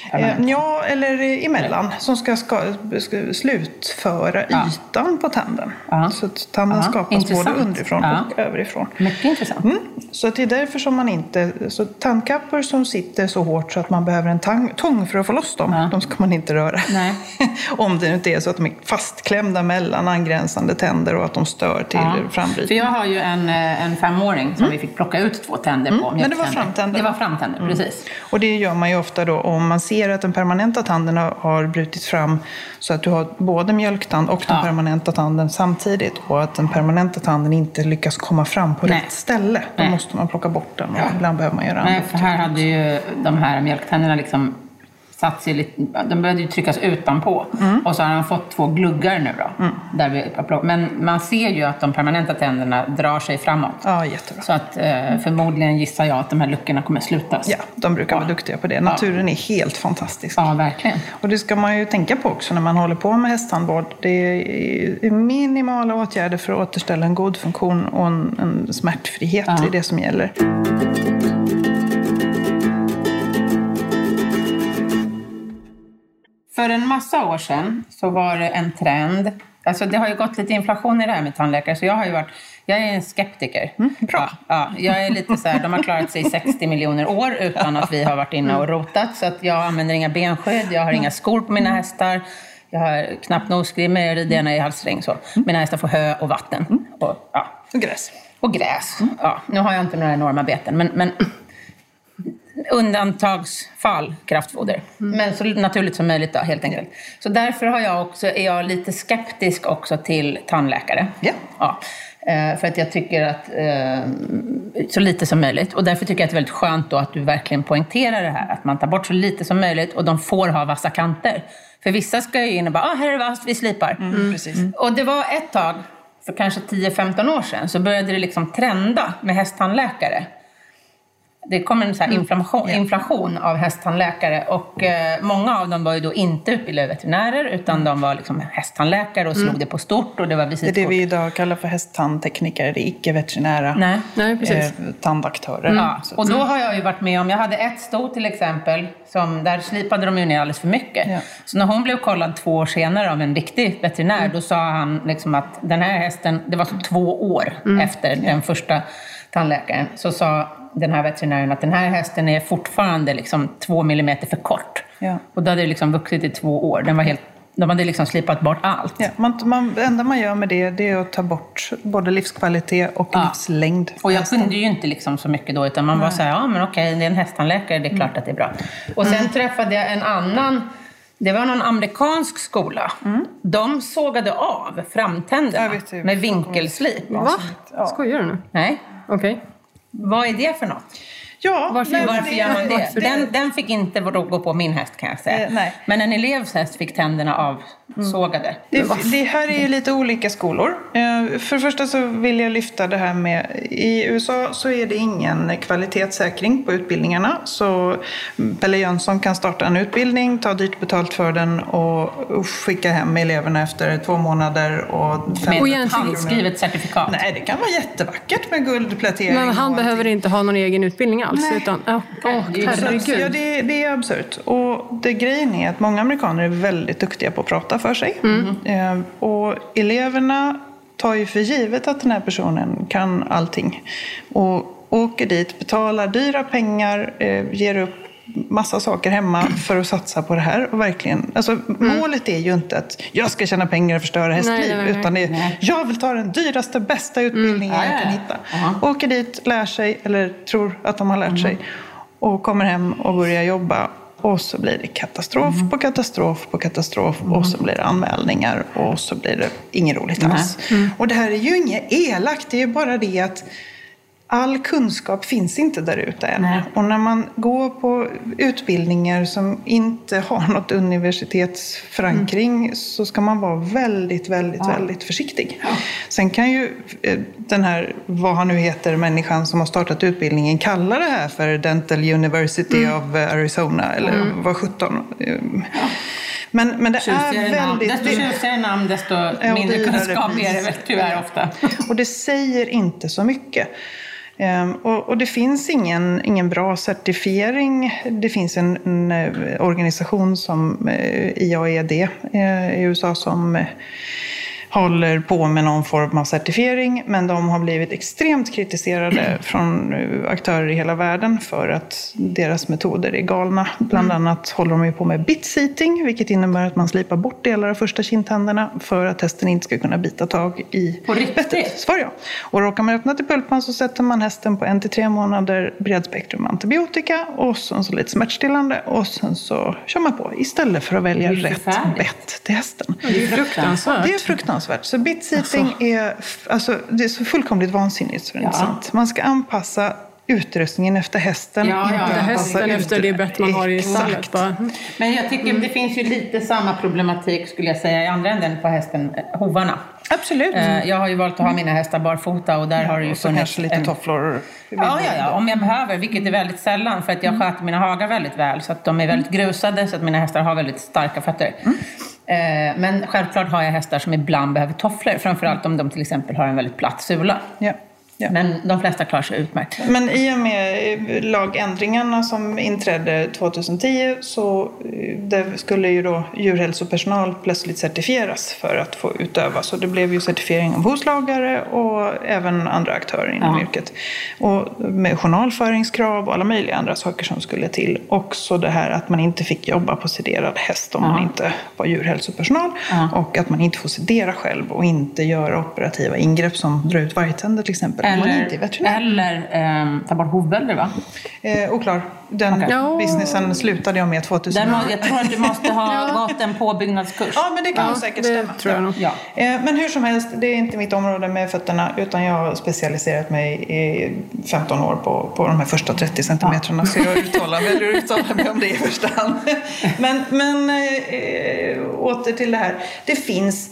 Ja, eller emellan, som ska, ska, ska slutföra ja. ytan på tanden. Ja. Så att tanden ja. skapas intressant. både underifrån ja. och överifrån. Mycket intressant. Mm. Så att det är därför som man inte... Så tandkappor som sitter så hårt så att man behöver en tang, tång för att få loss dem, ja. de ska man inte röra. Nej. Om det inte är så att de är fastklämda mellan angränsande tänder och att de stör till ja. frambrytning. För jag har ju en, en femåring som mm. vi fick plocka ut två tänder på. Mm. Men det var framtänder. Det var framtänder, mm. precis. Och det gör man ju ofta då om man ser är det att den permanenta tanden har, har brutit fram så att du har både mjölktand och den ja. permanenta tanden samtidigt, och att den permanenta tanden inte lyckas komma fram på Nej. rätt ställe, då Nej. måste man plocka bort den och ja. ibland behöver man göra Nej, för här hade ju de här mjölktänderna liksom satt sig lite, de började ju tryckas utanpå mm. och så har han fått två gluggar nu då. Mm. Där vi, men man ser ju att de permanenta tänderna drar sig framåt. Ja, jättebra. Så att eh, förmodligen gissar jag att de här luckorna kommer slutas. Ja, de brukar ja. vara duktiga på det. Naturen ja. är helt fantastisk. Ja, verkligen. Och det ska man ju tänka på också när man håller på med hästtandvård. Det är minimala åtgärder för att återställa en god funktion och en, en smärtfrihet ja. i det som gäller. För en massa år sedan så var det en trend. Alltså det har ju gått lite inflation i det här med tandläkare. Så jag har ju varit, jag är en skeptiker. Mm, bra. Ja, ja, jag är lite så här, de har klarat sig i sextio miljoner år utan att vi har varit inne och rotat. Så att jag använder inga benskydd, jag har inga skor på mina hästar. Jag har knappt nosgrimmer, jag rider gärna i halsring. Så. Mina hästar får hö och vatten. Och, ja. och gräs. Och gräs. Ja, nu har jag inte några enorma beten, men... men undantagsfall kraftfoder. Mm. Men så naturligt som möjligt då, helt enkelt. Så därför har jag också, är jag lite skeptisk också till tandläkare. Yeah. Ja. För att jag tycker att så lite som möjligt. Och därför tycker jag att det är väldigt skönt då att du verkligen poängterar det här. Att man tar bort så lite som möjligt och de får ha vassa kanter. För vissa ska ju in och bara, ah, här är det vasst, vi slipar. Mm. Mm. Precis. Mm. Och det var ett tag, för kanske tio femton år sedan, så började det liksom trenda med hästtandläkare. Det kom en så här inflammation, inflation av hästtandläkare och eh, många av dem var ju då inte utbildade veterinärer utan de var liksom hästtandläkare och slog mm. det på stort och det var visitkort. Det är det vi idag kallar för hästtandtekniker, det är icke-veterinära Nej. Nej, precis. Eh, tandaktörer. Mm. Ja. Och då har jag ju varit med om, jag hade ett sto till exempel, som, där slipade de ju ner alldeles för mycket. Ja. Så när hon blev kollad två år senare av en riktig veterinär, mm. då sa han liksom att den här hästen, det var så två år mm. efter ja. den första tandläkaren, så sa den här veterinären att den här hästen är fortfarande liksom två millimeter för kort. Ja. Och då hade det liksom vuxit i två år. Den var helt, de hade liksom slipat bort allt. Ja, man, man, det enda man gör med det, det är att ta bort både livskvalitet och ja. livslängd. Och jag kunde ju inte liksom så mycket då, utan man Nej. var så här, ja men okej, det är en hästtandläkare, det är klart mm. att det är bra. Och sen mm. träffade jag en annan, det var någon amerikansk skola. Mm. De sågade av framtänderna med vinkelslip. Va? Ja. Skojar du nu? Nej. Okej. Okay. Vad är det för något? Ja, varför, nej, varför det, gör man det? Varför den, den fick inte gå på min häst kan jag säga. Eh, nej. Men en elevs häst fick tänderna avsågade. Mm. Det, det här är ju lite olika skolor. Eh, för det första så vill jag lyfta det här med, i U S A så är det ingen kvalitetssäkring på utbildningarna. Så Pelle Jönsson kan starta en utbildning, ta dyrt betalt för den och skicka hem eleverna efter två månader. Och med ett handskrivet certifikat. Nej, det kan vara jättevackert med guldplätering. Men han behöver inte ha någon egen utbildning alls. Nej. Utan, oh, oh, herregud. Ja, det, det är absurt. Och det grejen är att många amerikaner är väldigt duktiga på att prata för sig. Mm. Eh, och eleverna tar ju för givet att den här personen kan allting. Och åker dit, betalar dyra pengar, eh, ger upp massa saker hemma för att satsa på det här. Och verkligen, alltså, mm. målet är ju inte att jag ska tjäna pengar och förstöra hästliv. Nej, nej, nej. Utan det är, nej. jag vill ta den dyraste, bästa utbildningen mm. jag kan hitta. Uh-huh. Åker dit, lär sig, eller tror att de har lärt mm. sig. Och kommer hem och börjar jobba. Och så blir det katastrof mm. på katastrof på katastrof. Mm. Och så blir det anmälningar. Och så blir det inget roligt alls. Mm. Och det här är ju inget elakt. Det är ju bara det att all kunskap finns inte där ute än. Nej. Och när man går på utbildningar som inte har något universitetsförankring mm. så ska man vara väldigt, väldigt, ja. väldigt försiktig. Ja. Sen kan ju den här, vad han nu heter, människan som har startat utbildningen kalla det här för Dental University mm. of Arizona eller mm. vad sjutton. Ja. Men, men det tjusigare är väldigt... Namn. Desto tjusigare namn, desto ja, mindre kunskap är det väl tyvärr ofta. Och det säger inte så mycket. Um, och, och det finns ingen, ingen bra certifiering. Det finns en, en organisation som uh, I A E D uh, i U S A som uh, håller på med någon form av certifiering, men de har blivit extremt kritiserade från aktörer i hela världen för att deras metoder är galna. Bland mm. annat håller de ju på med bit-seating, vilket innebär att man slipar bort delar av första kindtänderna för att hästen inte ska kunna bita tag i bettet. Svar ja. Och råkar man öppna till pulpan så sätter man hästen på en till tre månader bredspektrum antibiotika och sen så lite smärtstillande och sen så kör man på istället för att välja rätt bett till hästen. Det är fruktansvärt. Det är fruktansvärt. Så bit-seating alltså. är, alltså, det är så fullkomligt vansinnigt så det är inte sant. Man ska anpassa utrustningen efter hästen. Ja, ja, inte hästen efter det bett man har i stallet. Men jag tycker mm. det finns ju lite samma problematik skulle jag säga i andra änden på hästen, hovarna. Absolut. Jag har ju valt att ha mina hästar barfota och där ja, har det ju funnits lite en... tofflor. Ja, ja, ja, om jag behöver, vilket är väldigt sällan för att jag sköter mina hagar väldigt väl så att de är väldigt grusade så att mina hästar har väldigt starka fötter. Mm. Men självklart har jag hästar som ibland behöver tofflor, framförallt om de till exempel har en väldigt platt sula. Ja. Ja. Men de flesta klarar sig utmärkt. Men i och med lagändringarna som inträdde tjugohundratio så det skulle ju då djurhälsopersonal plötsligt certifieras för att få utöva. Så det blev ju certifiering av hovslagare och även andra aktörer inom ja. yrket. Och med journalföringskrav och alla möjliga andra saker som skulle till. Också det här att man inte fick jobba på sederad häst om ja. man inte var djurhälsopersonal. Ja. Och att man inte får sedera själv och inte göra operativa ingrepp som drar ut vargtänder till exempel. Eller, eller eh, ta bort hovbölder, va? Eh, oklar. Den okay. no. businessen slutade jag med tjugohundra. Den, jag tror att du måste ha gått en påbyggnadskurs. Ja, men det kan ja, säkert stämma. Tror jag nog. Ja. Eh, men hur som helst, det är inte mitt område med fötterna utan jag har specialiserat mig i femton år på, på de här första trettio centimeterna. Ja. Så jag uttalar, väljer att uttala mig om det i första hand. men men eh, åter till det här. Det finns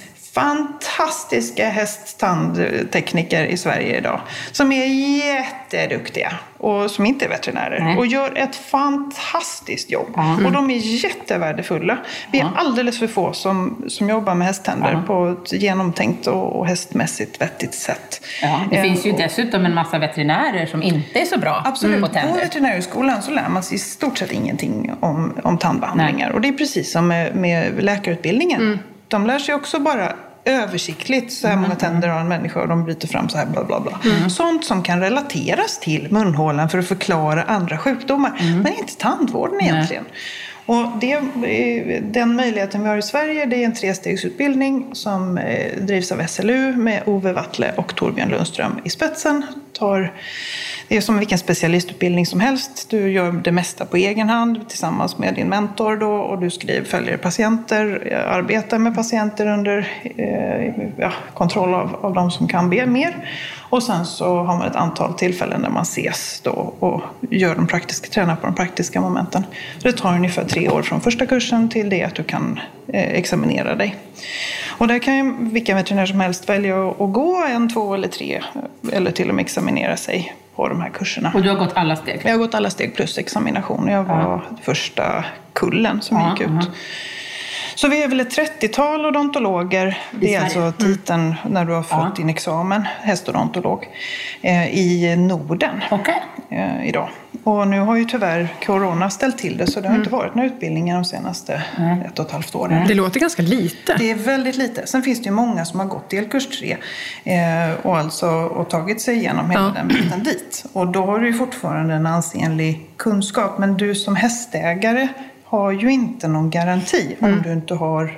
fantastiska hästtandtekniker i Sverige idag som är jätteduktiga och som inte är veterinärer Nej. och gör ett fantastiskt jobb. Mm. Och de är jättevärdefulla. Vi är alldeles för få som, som jobbar med hästtänder mm. på ett genomtänkt och, och hästmässigt vettigt sätt. Ja, det eh, finns ju och, dessutom en massa veterinärer som inte är så bra absolut. på tänder. På veterinärskolan så lär man sig i stort sett ingenting om, om tandbehandlingar. Nej. Och det är precis som med, med läkarutbildningen. Mm. De lär sig också bara översiktligt så här många tänder har en människa och de bryter fram så här bla bla bla. Mm. Sånt som kan relateras till munhålan för att förklara andra sjukdomar. Mm. Men inte tandvården egentligen. Nej. Och det, den möjligheten vi har i Sverige det är en trestegsutbildning som drivs av S L U med Ove Wattle och Torbjörn Lundström i spetsen. Tar, det är som vilken specialistutbildning som helst. Du gör det mesta på egen hand tillsammans med din mentor då, och du skriver, följer patienter, arbetar med patienter under eh, ja, kontroll av, av de som kan be mer. Och sen så har man ett antal tillfällen där man ses då och gör de praktiska, tränar på de praktiska momenten. Det tar ungefär tre år från första kursen till det att du kan eh, examinera dig. Och där kan ju vilka veterinär som helst välja att gå en, två eller tre eller till och med examinera sig på de här kurserna. Och du har gått alla steg? Jag har gått alla steg plus examination. Jag var ja. första kullen som ja, gick ut. Ja. Så vi är väl ett trettiotal odontologer. Det är alltså titeln mm. när du har fått ja. din examen, hästodontolog, eh, i Norden okay. eh, idag. Och nu har ju tyvärr corona ställt till det så det har mm. inte varit några utbildningar de senaste mm. ett och ett halvt åren. Det låter ganska lite. Det är väldigt lite. Sen finns det ju många som har gått delkurs tre eh, och alltså och tagit sig igenom hela ja. den biten dit. Och då har du ju fortfarande en ansenlig kunskap. Men du som hästägare har ju inte någon garanti mm. om du inte har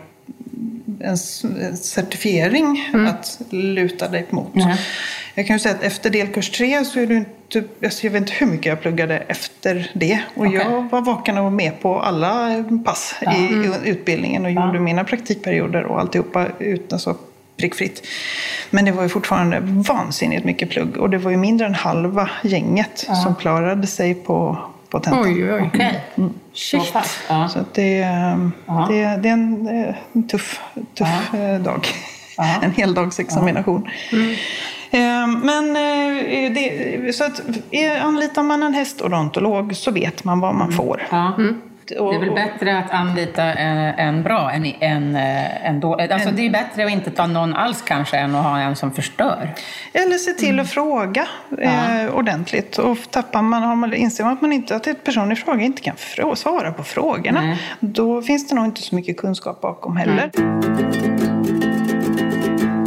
en certifiering mm. att luta dig mot. Mm. Jag kan ju säga att efter delkurs tre så är du inte, alltså jag vet inte hur mycket jag pluggade efter det. Och okay. jag var vaken och med på alla pass ja. i, i utbildningen och ja. gjorde mina praktikperioder och alltihopa utan så prickfritt. Men det var ju fortfarande vansinnigt mycket plugg och det var ju mindre än halva gänget ja. som klarade sig på på tentan. Oj, oj. Okay. Mm. Shit. Ja. Så att det, det, det är en, en tuff, tuff ja. dag. Ja. En heldagsexamination. Ja. Mm. Men det, så att anlitar man en hästodontolog så vet man vad man får. Ja. Mm. Det är väl bättre att anlita en, en bra än en, en dålig. Alltså det är bättre att inte ta någon alls kanske än att ha en som förstör. Eller se till att mm. fråga eh, ja. ordentligt. Och tappar man, har man, inser man att man inte att ett person i fråga inte kan frå, svara på frågorna. Nej. Då finns det nog inte så mycket kunskap bakom heller. Mm.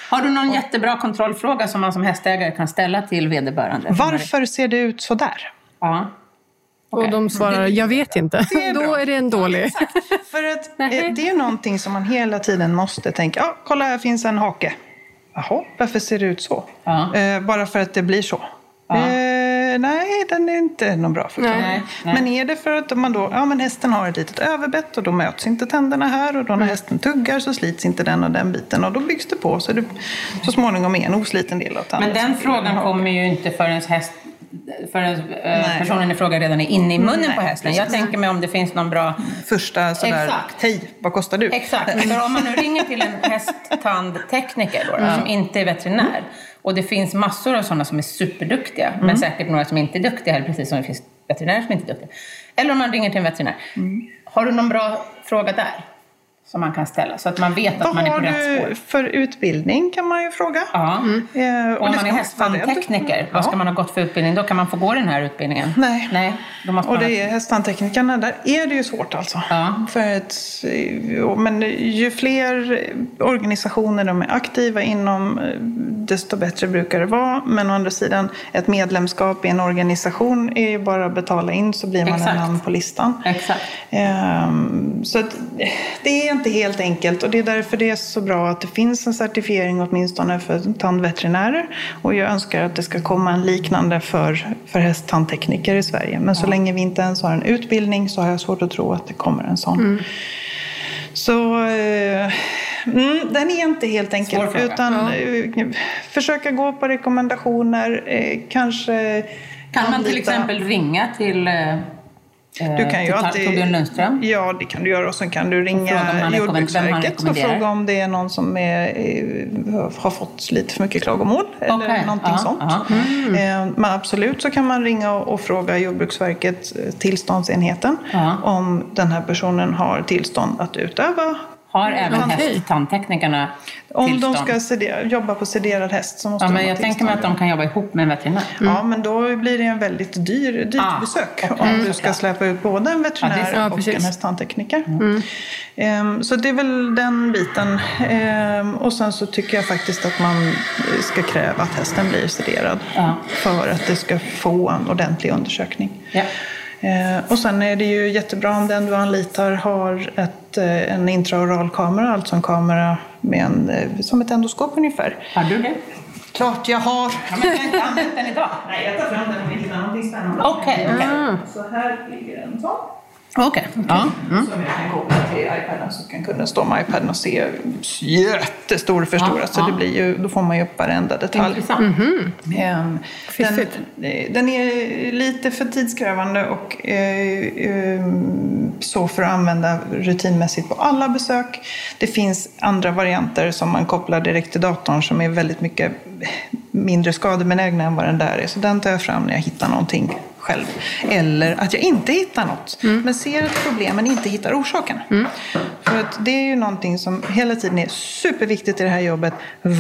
Har du någon och, jättebra kontrollfråga som man som hästägare kan ställa till vederbörande? Varför ser det ut så där? Ja. Okay. Och de svarar, jag vet inte. Är Då är det en dålig. Ja, för att det är ju någonting som man hela tiden måste tänka. Ja, kolla här finns en hake. Jaha, varför ser det ut så? Ja. Eh, bara för att det blir så. Ja. Eh, nej, den är inte någon bra förklaring. Nej, nej. Men är det för att man då, ja men hästen har ett litet överbett och då möts inte tänderna här och då när mm. hästen tuggar så slits inte den och den biten och då byggs det på så det så småningom är en osliten del av tanden. Men den frågan kommer ju inte förrän häst för äh, personen i fråga redan är inne i munnen Nej, på hästen. Jag tänker mig om det finns någon bra... Första sådär, Exakt. hej, vad kostar du? Exakt, för om man nu ringer till en hästtandtekniker då, mm. som inte är veterinär och det finns massor av sådana som är superduktiga mm. men säkert några som inte är duktiga heller, precis som det finns veterinärer som inte är duktiga. Eller om man ringer till en veterinär. Mm. Har du någon bra fråga där? Som man kan ställa så att man vet Vad att man är på rätt spår. Vad har du för utbildning kan man ju fråga. Ja. Mm. Och om man är hästtandtekniker, vad ska ja. man ha gått för utbildning? Då kan man få gå den här utbildningen. Nej, Nej då måste och man det är hästtandteknikerna, där är det ju svårt alltså. Ja. För att, men ju fler organisationer de är aktiva inom, desto bättre brukar det vara. Men å andra sidan, ett medlemskap i en organisation är ju bara att betala in så blir man Exakt. en namn på listan. Exakt. Um, så att, det är inte helt enkelt och det är därför det är så bra att det finns en certifiering åtminstone för tandveterinärer och jag önskar att det ska komma en liknande för, för hästtandtekniker i Sverige. Men så ja. länge vi inte ens har en utbildning så har jag svårt att tro att det kommer en sån. Mm. Så eh, mm, den är inte helt enkel utan ja. eh, försöka gå på rekommendationer, eh, kanske kan man till lita... exempel ringa till eh... Du kan ju alltid, Torbjörn Lundström. Ja, det kan du göra och sen kan du ringa Jordbruksverket och fråga om det är någon som är, har fått lite för mycket klagomål eller okay. någonting aha, sånt. Aha. Mm. Men absolut så kan man ringa och fråga Jordbruksverket tillståndsenheten aha. om den här personen har tillstånd att utöva. Har även hästtandteknikerna Om tillstånd? de ska sedera, jobba på sederad häst så måste ja, de men jag tänker mig att de kan jobba ihop med en veterinär. Mm. Ja, men då blir det en väldigt dyr, dyrt ah, besök okay. om du ska släppa ut både en veterinär ja, och en hästtandtekniker. Mm. Um, så det är väl den biten. Um, och sen så tycker jag faktiskt att man ska kräva att hästen blir sederad ja. för att det ska få en ordentlig undersökning. Ja. Eh, och sen är det ju jättebra om den du anlitar har ett, eh, en intraoral kamera, alltså en kamera med en, eh, som ett endoskop ungefär. Har du det? Klart jag har. Ja, men jag har inte använt den idag. Nej, jag tar fram den och hittar någonting spännande. Okej, okay, okay. mm. Så här ligger en sån. Okej. Okay. Ja. Mm. Som jag kan koppla till iPaden så kan kunden stå med iPaden och se jättestor förstorat. Ja, så ja. Det blir ju, då får man ju upp varenda detalj. Intressant. Mm-hmm. Den, den är lite för tidskrävande och eh, så för att använda rutinmässigt på alla besök. Det finns andra varianter som man kopplar direkt till datorn som är väldigt mycket mindre skadebenägna än vad den där är. Så den tar jag fram när jag hittar någonting själv. Eller att jag inte hittar något. Mm. Men ser ett problem men inte hittar orsaken. Mm. För att det är ju någonting som hela tiden är superviktigt i det här jobbet.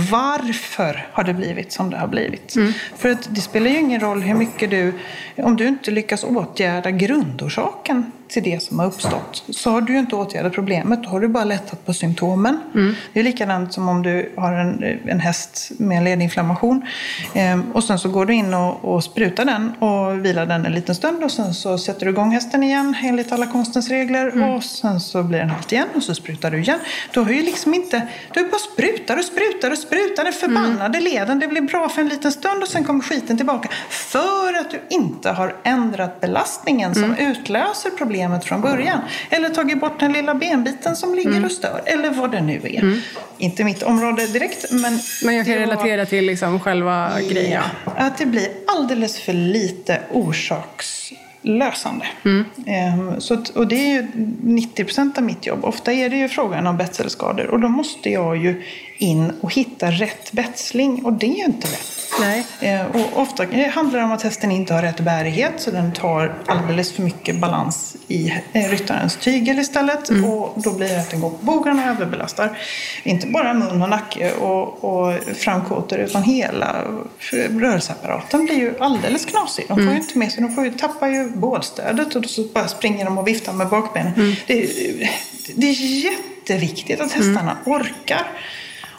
Varför har det blivit som det har blivit? Mm. För att det spelar ju ingen roll hur mycket du... Om du inte lyckas åtgärda grundorsaken till det som har uppstått så har du ju inte åtgärdat problemet. Då har du bara lättat på symptomen. Mm. Det är likadant som om du har en, en häst med en ledinflammation ehm, och sen så går du in och, och sprutar den och vilar den en liten stund och sen så sätter du igång hästen igen enligt alla konstens regler mm. och sen så blir den halt igen och så sprutar du igen. Då har ju liksom inte, du bara sprutar och sprutar och sprutar den förbannade mm. leden. Det blir bra för en liten stund och sen kommer skiten tillbaka för att du inte har ändrat belastningen som mm. utlöser problemet från början. Eller tagit bort den lilla benbiten som ligger mm. och stör. Eller vad det nu är. Mm. Inte mitt område direkt. Men, men jag kan relatera till liksom själva ja, grejen. Att det blir alldeles för lite orsakslösande. Mm. Um, så att, och det är ju nittio procent av mitt jobb. Ofta är det ju frågan om betselskador. Och då måste jag ju in och hitta rätt betsling. Och det är ju inte lätt. Nej. Eh, och ofta handlar det om att hästen inte har rätt bärighet så den tar alldeles för mycket balans i eh, ryttarens tygel istället mm. och då blir det att den går på bogarna och överbelastar inte bara mun och nacke och, och framkåtor utan hela rörelseapparaten blir ju alldeles knasig. De får mm. ju inte med sig, de får ju tappa ju bålstödet och så bara springer de och viftar med bakbenen. Mm. Det, det är jätteviktigt att hästarna mm. orkar.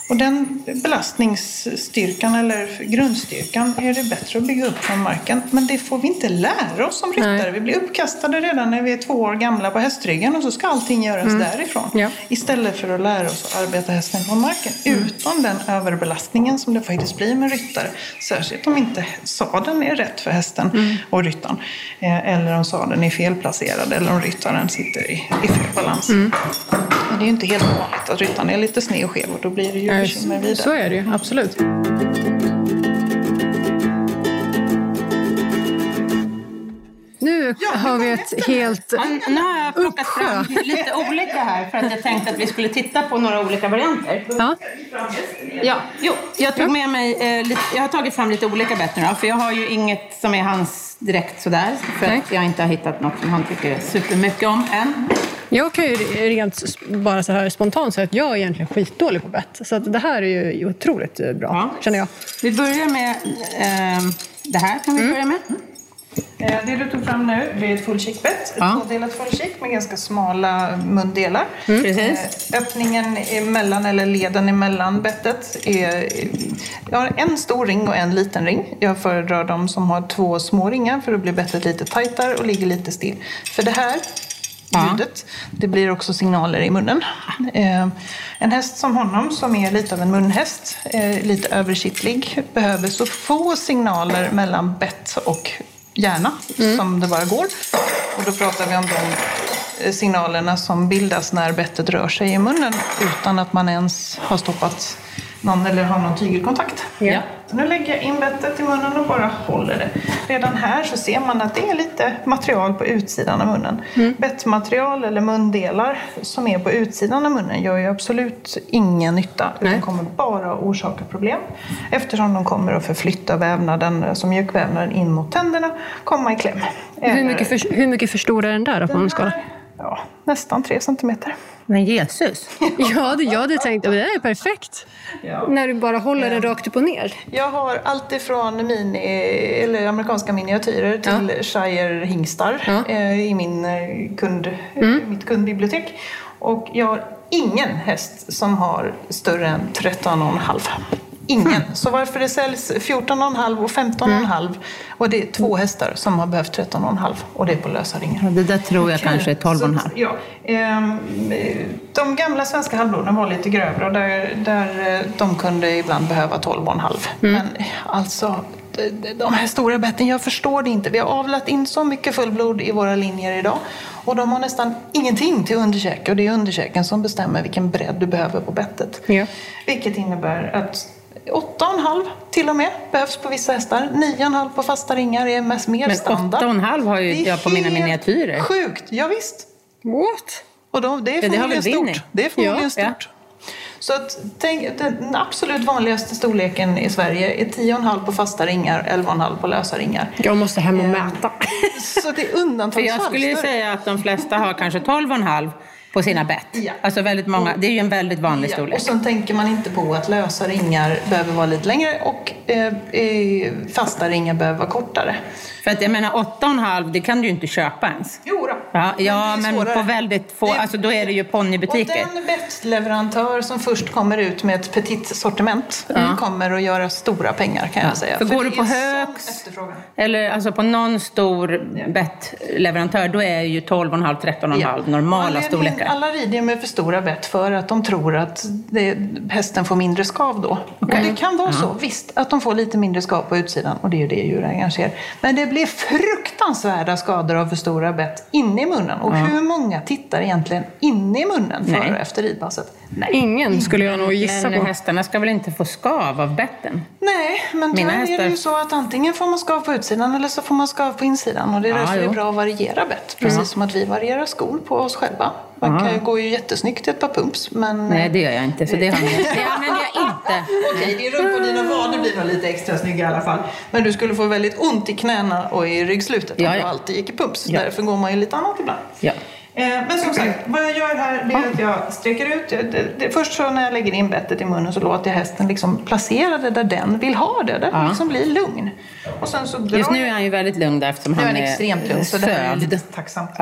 Och den belastningsstyrkan eller grundstyrkan är det bättre att bygga upp från marken. Men det får vi inte lära oss som ryttare. Nej. Vi blir uppkastade redan när vi är två år gamla på hästryggen och så ska allting göras mm. därifrån. Ja. Istället för att lära oss att arbeta hästen från marken. Mm. Utan den överbelastningen som det faktiskt blir med ryttare. Särskilt om inte sadeln är rätt för hästen mm. och ryttaren. Eller om sadeln är felplacerad eller om ryttaren sitter i, i fel balans. Mm. Men det är ju inte helt vanligt att ryttaren är lite sned och skev och då blir det ju bekymmer vidare. Så är det ju, absolut. Nu ja, har vi ett helt ja, nu har jag plockat fram lite olika här för att jag tänkte att vi skulle titta på några olika varianter. Ja, ja jo, jag tog med mig eh, lite, jag har tagit fram lite olika bett nu då, för jag har ju inget som är hans direkt sådär för Nej. att jag inte har hittat något som han tycker supermycket om än. Jag kan ju rent bara så här spontant säga att jag är egentligen skitdålig på bett. Så att det här är ju otroligt bra, ja. känner jag. Vi börjar med eh, det här kan vi mm. börja med. Det du tog fram nu det är ett fullkickbett, ett ja. tvådelat fullkick med ganska smala mundelar. Mm. Precis. Öppningen emellan eller leden emellan bettet är jag har en stor ring och en liten ring. Jag föredrar de som har två små ringar för då blir bettet lite tajtare och ligger lite still. För det här ljudet, ja. det blir också signaler i munnen. Eh, en häst som honom som är lite av en munhäst, eh, lite översittlig, behöver så få signaler mellan bett och hjärna mm. som det bara går. Och då pratar vi om de signalerna som bildas när bettet rör sig i munnen utan att man ens har stoppat någon eller har någon tygelkontakt. Ja. Så nu lägger jag in bettet i munnen och bara håller det. Redan här så ser man att det är lite material på utsidan av munnen. Mm. Bettmaterial eller mundelar som är på utsidan av munnen gör ju absolut ingen nytta. Nej. De kommer bara att orsaka problem. Eftersom de kommer att förflytta vävnaden, som mjukvävnaden in mot tänderna, komma i kläm. Hur mycket, för, hur mycket förstorar den där? Den här, ja, nästan tre centimeter. Men Jesus. Ja, det, jag hade tänkt att det är perfekt. Ja. När du bara håller den rakt upp och ner. Jag har allt ifrån mini, eller amerikanska miniatyrer till ja. Shire hingstar ja. i min kund, mm. mitt kundbibliotek. Och jag har ingen häst som har större än tretton komma fem. Ingen. Mm. Så varför det säljs fjorton komma fem och femton komma fem mm. och det är två hästar som har behövt tretton komma fem och det är på lösa ringar. Ja, det där tror jag okay. kanske är tolv komma fem. Ja, eh, de gamla svenska halvbloden var lite grövre och där, där de kunde ibland behöva tolv komma fem. Mm. Men alltså de här stora betten, jag förstår det inte. Vi har avlat in så mycket fullblod i våra linjer idag. Och de har nästan ingenting till underkäke. Och det är underkäken som bestämmer vilken bredd du behöver på bettet. Ja. Vilket innebär att åtta komma fem till och med behövs på vissa hästar. nio komma fem på fasta ringar är mest mer Men standard. Men åtta komma fem har ju jag på mina miniatyrer. Sjukt, ja visst. What? Och då, det är förmodligen ja, stort. Det är förmodligen ja. stort. Ja. Så att, tänk, den absolut vanligaste storleken i Sverige är tio komma fem på fasta ringar, elva komma fem på lösa ringar. Jag måste hem och mäta. Så det är undantagsfall. För jag skulle ju säga att de flesta har kanske tolv komma fem på sina bett. Ja. Alltså väldigt många, det är ju en väldigt vanlig ja. storlek. Och så tänker man inte på att lösa ringar behöver vara lite längre och eh, fasta ringar behöver vara kortare. För att jag menar åtta komma fem, det kan du ju inte köpa ens. Jo då. Ja, men, ja, men på väldigt få, det, alltså då är det ju ponnybutiker. Och den bettleverantör som först kommer ut med ett petit sortiment ja. kommer att göra stora pengar kan ja. jag säga. För, För går du på Högs eller alltså på någon stor ja. bettleverantör, då är ju tolv komma fem, tretton komma fem ja. normala storlekar. Alla rider med för stora bett för att de tror att det, hästen får mindre skav då. Okay. Och det kan vara ja. så, visst, att de får lite mindre skav på utsidan. Och det är ju det djurägaren ser. Men det blir fruktansvärda skador av för stora bett inne i munnen. Och ja. hur många tittar egentligen inne i munnen före och efter ridpasset? Nej. Ingen skulle jag nog gissa men på. Hästarna ska väl inte få skav av betten? Nej, men då hästar... är det ju så att antingen får man skav på utsidan eller så får man skav på insidan. Och det är därför ja, det är bra att variera bett. Precis ja. som att vi varierar skor på oss själva. Man kan ju gå ju jättesnyggt i ett par pumps, men... Nej, det gör jag inte, så det, har jag, det använder jag inte. Okej, det är runt på dina vader blir nog lite extra snygga i alla fall. Men du skulle få väldigt ont i knäna och i ryggslutet om ja, ja. du alltid gick i pumps. Ja. Därför går man ju lite annat ibland. Ja. Men som sagt, vad jag gör här det är att jag sträcker ut. Det, det, först så när jag lägger in bettet i munnen så låter jag hästen liksom placera det där den vill ha det. Där ja. liksom blir lugn. Och sen så Just nu är han ju väldigt lugn där eftersom han är, är extremt lugn. Så det här är lite tacksamt. Ja.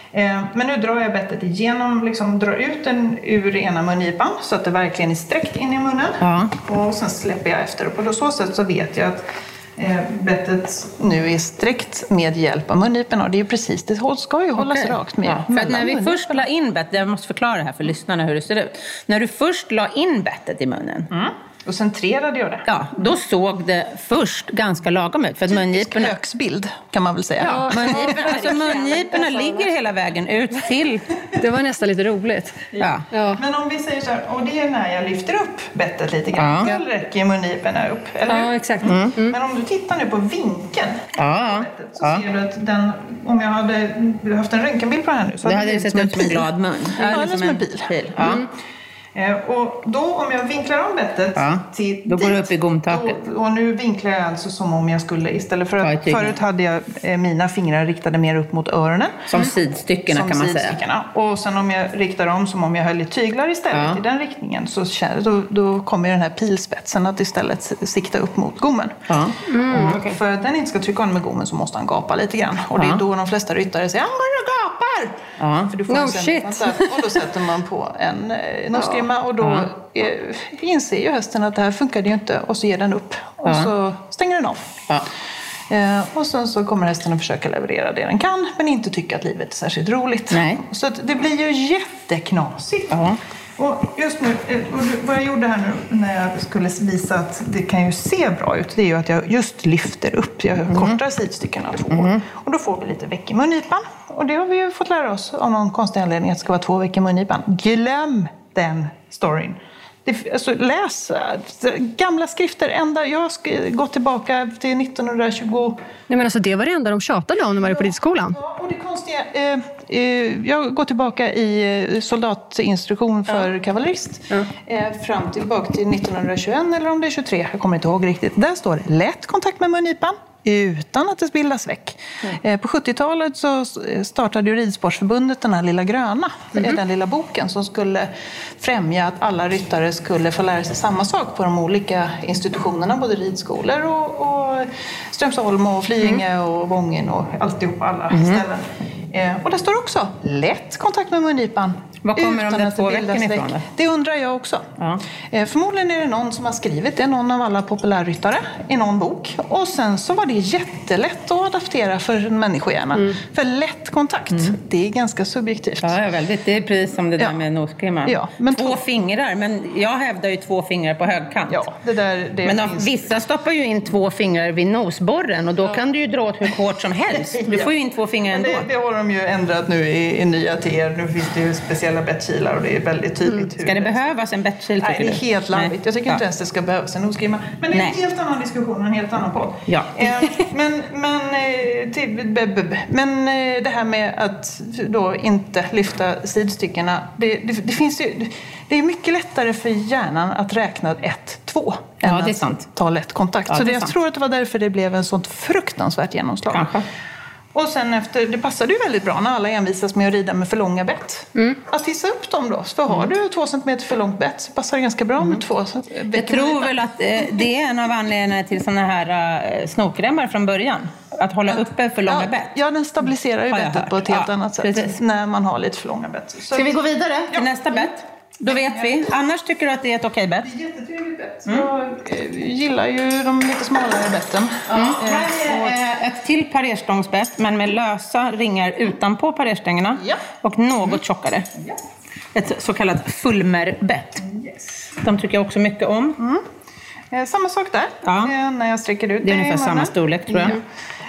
Eh, men nu drar jag bettet igenom, liksom drar ut den ur ena mungipan så att det verkligen är sträckt in i munnen. Ja. Och sen släpper jag efter. Och på så sätt så vet jag att eh, bettet nu är sträckt med hjälp av mungipan. Och det är ju precis, det ska ju hållas Okej. rakt med. Ja. För att när vi först la in bettet, jag måste förklara det här för lyssnarna hur det ser ut. När du först la in bettet i munnen. Mm. Och centrerade jag det. Ja, då såg det först ganska lagom ut. För att mungiporna... Köksbild kan man väl säga. Ja, mungiporna, alltså mungiporna ligger hela vägen ut till... Det var nästan lite roligt. Ja. Ja. Men om vi säger så här, och det är när jag lyfter upp bettet lite grann. Ja. Då räcker mungiporna upp, eller hur? Ja, exakt. Mm. Mm. Men om du tittar nu på vinkeln Ja. så Ja. ser du att den, om jag hade haft en röntgenbild på den här nu så Det hade hade det sett ut som en glad mun. Ja, eller som en bil. bil. Ja. Mm. Eh, och då om jag vinklar om bettet Ja, till då går dit, det upp i gomtaket. då- Och nu vinklar jag alltså som om jag skulle, istället för Ta i att tygen. förut hade jag eh, mina fingrar riktade mer upp mot öronen. Som sidstyckena Som kan man säga. sidstyckena. Och sen om jag riktar om som om jag höll i tyglar istället Ja. i den riktningen så känner, då, då kommer den här pilspetsen att istället sikta upp mot gommen. Ja. Och för att den inte ska trycka on med gommen så måste han gapa lite grann. Och det Ja. är då de flesta ryttare säger han går och gapar! Ja. För du får No en shit. sändning. Och då sätter man på en eh, nosgrimma och då eh, inser ju hästen att det här funkade ju inte och så ger den upp. Och Ja. så stänger den av. Ja. Eh, och sen så kommer hästen att försöka leverera det den kan men inte tycka att livet är särskilt roligt. Nej. Så att det blir ju jätteknasigt. Ja. Och just nu, eh, och vad jag gjorde här nu när jag skulle visa att det kan ju se bra ut, det är ju att jag just lyfter upp, jag Mm. kortar sidstyckena två mm. Och då får vi lite veck i mungipan. Och det har vi ju fått lära oss av någon konstig anledning att det ska vara två veck i mungipan. Glöm den storyn. Det, alltså, läs äh, gamla skrifter. Ända, jag har sk- gått tillbaka till nittonhundratjugo. Nej, men alltså, det var det enda de tjatade om när de var på ridskolan. Ja, och det konstiga, eh, eh, jag går tillbaka i eh, soldatinstruktion för ja. kavallerist. Ja. Eh, fram tillbaka till nittonhundratjugoett eller om det är tjugotre, jag kommer inte ihåg riktigt. Där står det lätt kontakt med mungipan utan att det bildas väck. Mm. Eh, på sjuttiotalet så startade ju Ridsportsförbundet den här lilla gröna, mm. den lilla boken som skulle främja att alla ryttare skulle få lära sig samma sak på de olika institutionerna, både ridskolor och, och Strömsholm och Flyinge mm. och Vången och alltihop, alla mm. ställen. Eh, och det står också lätt kontakt med mungipan. Vad kommer de där två veckorna ifrån då? Det undrar jag också. Ja. Eh, förmodligen är det någon som har skrivit det, någon av alla populärryttare i någon bok. Och sen så var det jättelätt att adaptera för en människohjärna. Mm. För lätt kontakt, mm. det är ganska subjektivt. Ja, väldigt. Det är precis som det där ja. med nosgrimman. Ja, men två t- fingrar, men jag hävdar ju två fingrar på högkant. Ja, det där, det men finns... vissa stoppar ju in två fingrar vid nosborren och då ja. kan du ju dra åt hur hårt som helst. Du får ju in två fingrar ändå. Det, det har de ju ändrat nu i, i nya T R. Nu finns det ju speciella bettkilar och det är väldigt tydligt. Mm. Ska hur det, det behövas en bettkil? Nej, det är helt larvigt. Jag tycker ja. inte ens det ska behövas en nosgrimma. Men det är Nej. en helt annan diskussion, en helt annan podd. Ja. Eh, men, men, till, men det här med att då inte lyfta sidstyckena, det, det, det finns ju... Det är mycket lättare för hjärnan att räkna ett, två än ja, det är att sant. ta lätt kontakt. Ja, så det det, jag sant. tror att det var därför det blev en sånt fruktansvärt genomslag. Kanske. Och sen efter, det passade ju väldigt bra när alla envisas med att rida med för långa bett. Mm. Att hissa upp dem då. För har du två centimeter för långt bett så passar det ganska bra mm. med två. Så jag tror väl att eh, det är en av anledningarna till såna här eh, snokremmar från början. Att hålla uppe för långa ja, bett. Ja, den stabiliserar ju bettet på ett helt ja, annat sätt. Precis. När man har lite för långa bett. Så ska vi gå vidare till ja. nästa bett? Då vet vi. Annars tycker du att det är ett okej bett? Det är jättetrevligt bett. Mm. Jag eh, gillar ju de lite smalare betten. Mm. Eh, här är ett till parerstångsbett men med lösa ringar utanpå parerstängerna ja. och något mm. tjockare. Ja. Ett så kallat fulmerbett. Yes. De tycker jag också mycket om. Mm. Eh, samma sak där. Ja. Eh, när jag sträcker ut det är ungefär samma storlek tror jag. Ja.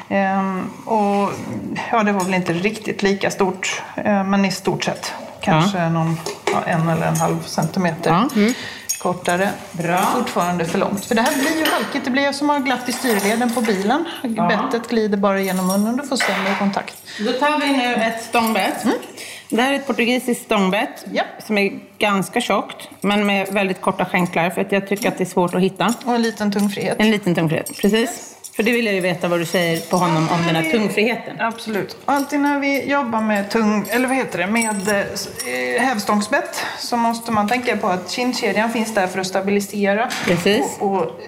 Um, och ja, det var väl inte riktigt lika stort, uh, men i stort sett kanske ja. någon ja, en eller en halv centimeter ja. mm. kortare. Bra. Fortfarande för långt. För det här blir ju halkigt. Det blir som att ha glatt i styrleden på bilen. Ja. Bettet glider bara genom munnen. Du får sämre kontakt. Då tar vi nu ett stångbett. Mm. Det här är ett portugisiskt stångbett ja. som är ganska tjockt men med väldigt korta skänklar för att jag tycker att det är svårt att hitta. Och en liten tungfrihet. En liten tungfrihet, precis. För det vill jag ju veta vad du säger på honom om den här tungfriheten. Absolut. Alltid när vi jobbar med tung, eller vad heter det, med eh, hävstångsbett så måste man tänka på att kindkedjan finns där för att stabilisera. Precis. Och, och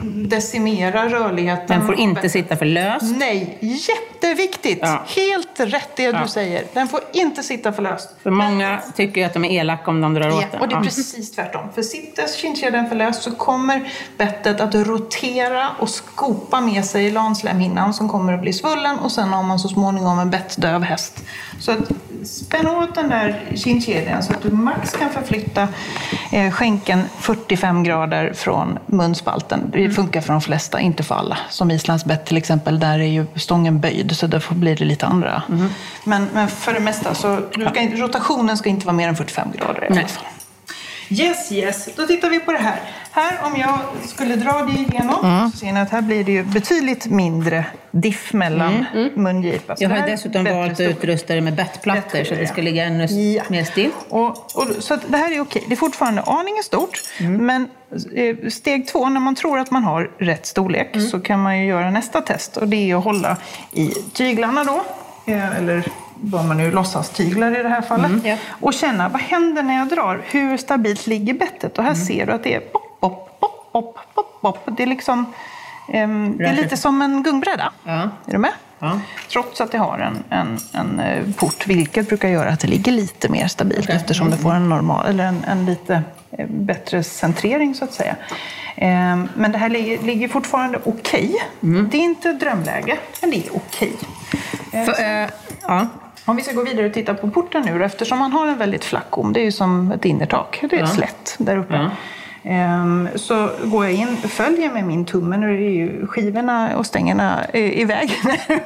decimera rörligheten. Den får inte sitta för löst. Nej, jätteviktigt. Ja. Helt rätt det ja. du säger. Den får inte sitta för löst. För många tycker ju att de är elaka om de drar ja, åt den. Och det är precis tvärtom. För sitter kindkedjan för löst så kommer bettet att rotera och skopa med sig lanslemhinnan som kommer att bli svullen och sen har man så småningom en bettdöv häst. Så att spänn åt den där kindkedjan så att du max kan förflytta eh, skänken fyrtiofem grader från munspalten. Det funkar för de flesta, inte för alla. Som islandsbett till exempel, där är ju stången böjd så därför blir det lite andra. Mm. Men, men för det mesta så du ska, rotationen ska inte vara mer än fyrtiofem grader i alla fall. Yes, yes. Då tittar vi på det här. Här, om jag skulle dra det igenom, mm. så ser ni att här blir det ju betydligt mindre diff mellan mm. Mm. mungipor. Jag har dessutom valt att utrusta det med bettplattor så att det ska ligga ännu ja. mer still. Och, och, så att det här är okej. Det är fortfarande aningen stort, mm. men eh, steg två, när man tror att man har rätt storlek, mm. så kan man ju göra nästa test. Och det är att hålla i tyglarna då, eh, eller vad man nu låtsas tyglar i det här fallet. Mm, ja. Och känna, vad händer när jag drar? Hur stabilt ligger bettet? Och här mm. ser du att det är pop, pop, pop, pop, pop, pop. Det är liksom, um, det är lite som en gungbräda. Ja. Är du med? Ja. Trots att det har en, en, en port, vilket brukar göra att det ligger lite mer stabilt. Okay. Eftersom mm. det får en normal, eller en, en lite bättre centrering så att säga. Um, men det här ligger, ligger fortfarande okej. Okay. Mm. Det är inte drömläge, men det är okej. Okay. För, uh, ja. Om vi ska gå vidare och titta på porten nu, eftersom man har en väldigt flack om, det är ju som ett innertak, det är ja. slätt där uppe. Ja. Um, så går jag in, följer med min tumme, nu är det ju skivorna och stängerna i väg.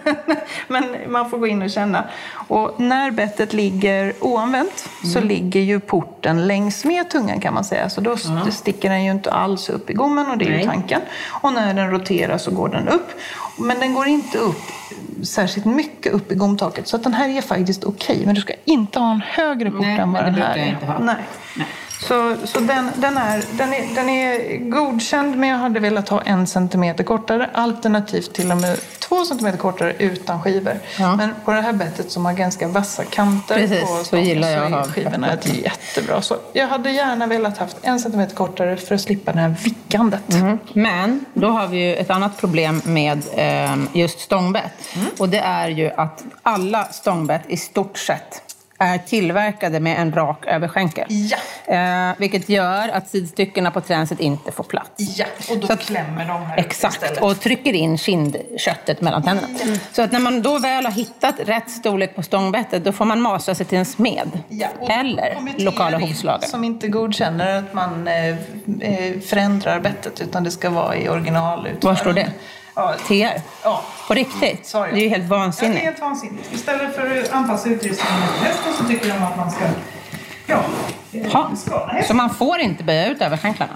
Men man får gå in och känna. Och när bettet ligger oanvänt mm. så ligger ju porten längs med tungan kan man säga. Så då ja. sticker den ju inte alls upp i gommen och det är Nej. ju tanken. Och när den roterar så går den upp. Men den går inte upp särskilt mycket upp i gomtaket. Så att den här är faktiskt okej. Okay, men du ska inte ha en högre port Nej, än vad den här är. Inte ha. Nej. Nej. Så, så den, den, är, den, är, den är godkänd, men jag hade velat ha en centimeter kortare. Alternativt till och med två centimeter kortare utan skivor. Ja. Men på det här bettet som har ganska vassa kanter Precis, på så gillar jag så är skivorna är jättebra. Så jag hade gärna velat haft en centimeter kortare för att slippa det här vickandet. Mm. Men då har vi ju ett annat problem med eh, just stångbett. Mm. Och det är ju att alla stångbett i stort sett är tillverkade med en rak överskänkel. Ja. Eh, vilket gör att sidstyckena på tränset inte får plats. Ja, och då så att, klämmer de här exakt, istället. Och trycker in kindköttet mellan tänderna. Mm. Så att när man då väl har hittat rätt storlek på stångbettet, då får man masa sig till en smed. Ja, eller lokala hovslagare. Som inte godkänner att man eh, förändrar bettet, utan det ska vara i original. Var står det? Ja. T R? Ja. På riktigt? Sorry. Det är ju helt vansinnigt. Ja, det är helt vansinnigt. Istället för att anpassa utrustningen efter hästen så tycker de att man ska... Ja, ha. Så man får inte böja ut överskänklarna?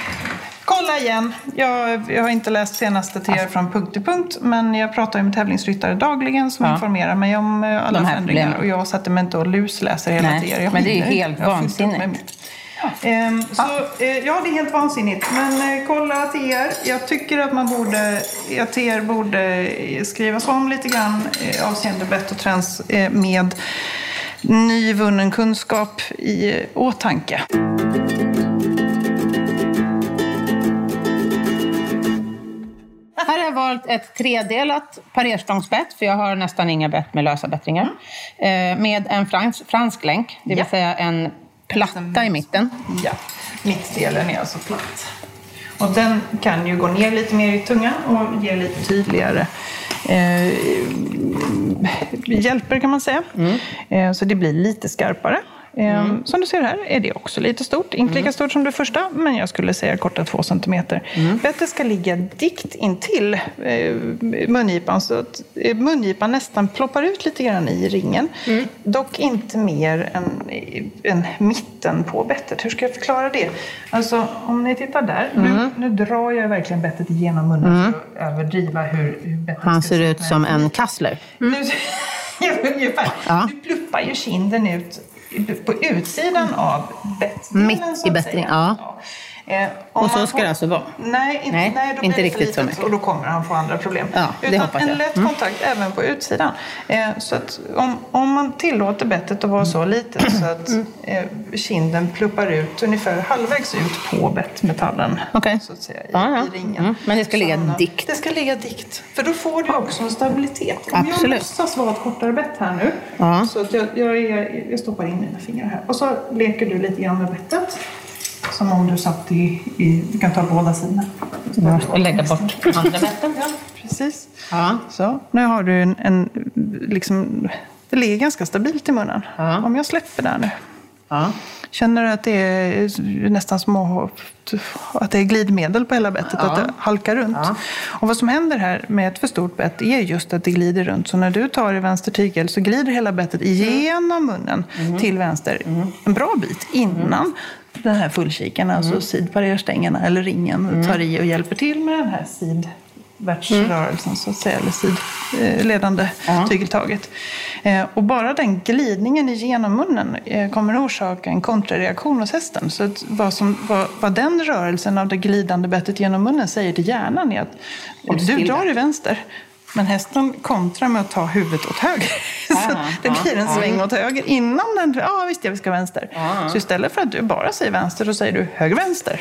Kolla igen. Jag, jag har inte läst senaste T R från punkt till punkt, men jag pratar ju med tävlingsryttare dagligen som ja. informerar mig om alla de förändringar. Problemen. Och jag sätter mig inte och lusläser hela Nej, T R. Jag men det är helt vansinnigt. Ja. Ehm, så, eh, ja, det är helt vansinnigt. Men eh, kolla T R. Jag tycker att man borde, ja, T R borde skrivas om lite grann eh, avseende bett och träns eh, med nyvunnen kunskap i åtanke. Här har jag valt ett tredelat parerstångsbett, för jag har nästan inga bett med lösa bättringar. Mm. Eh, med en frans, fransk länk, det vill ja. säga en platta i mitten. Ja, mittdelen är alltså platt. Och den kan ju gå ner lite mer i tungan och ge lite tydligare eh, hjälper kan man säga. Mm. Eh, så det blir lite skarpare. Mm. Som du ser här är det också lite stort. Inte lika stort som det första, men jag skulle säga korta två centimeter. Mm. Bettet ska ligga dikt in till eh, mungipan så att eh, mungipan nästan ploppar ut lite grann i ringen. Mm. Dock inte mer än, än mitten på bettet. Hur ska jag förklara det? Alltså om ni tittar där, mm. nu, nu drar jag verkligen bettet igenom munnen mm. för att överdriva hur, hur bettet Han ser ut som en kassler. Mm. Nu, ungefär. Ja. Nu pluppar ju kinden ut på utsidan av bettdelen. Mitt i bättringen, ja. ja. Eh, och så ska får... det alltså vara? Nej, inte, nej, nej då inte blir det riktigt så mycket. Och då kommer han få andra problem. Ja, det Utan hoppas jag. en lätt mm. kontakt även på utsidan. Eh, så att om, om man tillåter bettet att vara så litet så att eh, kinden pluppar ut ungefär halvvägs ut på bettmetallen. Okay. Så att säga, i, ja, ja. i ringen. Mm. Men det ska ligga så, dikt. Det ska ligga dikt. För då får du också en stabilitet. Om Absolut. jag låtsas vara ett kortare bett här nu. Ja. Så att jag, jag, jag, jag stoppar in mina fingrar här. Och så leker du lite grann med bettet. Som om du satt i, i du kan ta båda sidorna. Ja, och lägga bort andra betten. Ja, precis. Ja. Så, nu har du en, en liksom, det ligger ganska stabilt i munnen. Ja. Om jag släpper där nu. Ja. Känner du att det är nästan som att det är glidmedel på hela bettet, ja. att det halkar runt. Ja. Och vad som händer här med ett för stort bett är just att det glider runt. Så när du tar i vänster tygel så glider hela bettet igenom munnen mm. till vänster mm. en bra bit innan mm. den här fullkikan, mm. alltså sidparerstängerna eller ringen mm. tar i och hjälper till med den här sidvärtsrörelsen mm. så att säga, eller sidledande ja. tygeltaget. Eh, och bara den glidningen igenom munnen eh, kommer att orsaka en kontrareaktion hos hästen. Så att vad, som, vad, vad den rörelsen av det glidande bettet genom munnen säger till hjärnan är att du drar i vänster. Men hästen kontrar med att ta huvudet åt höger. Aha, så det blir en sväng aha. åt höger innan den... Ja, visst, jag ska vänster. Aha. Så istället för att du bara säger vänster så säger du höger-vänster.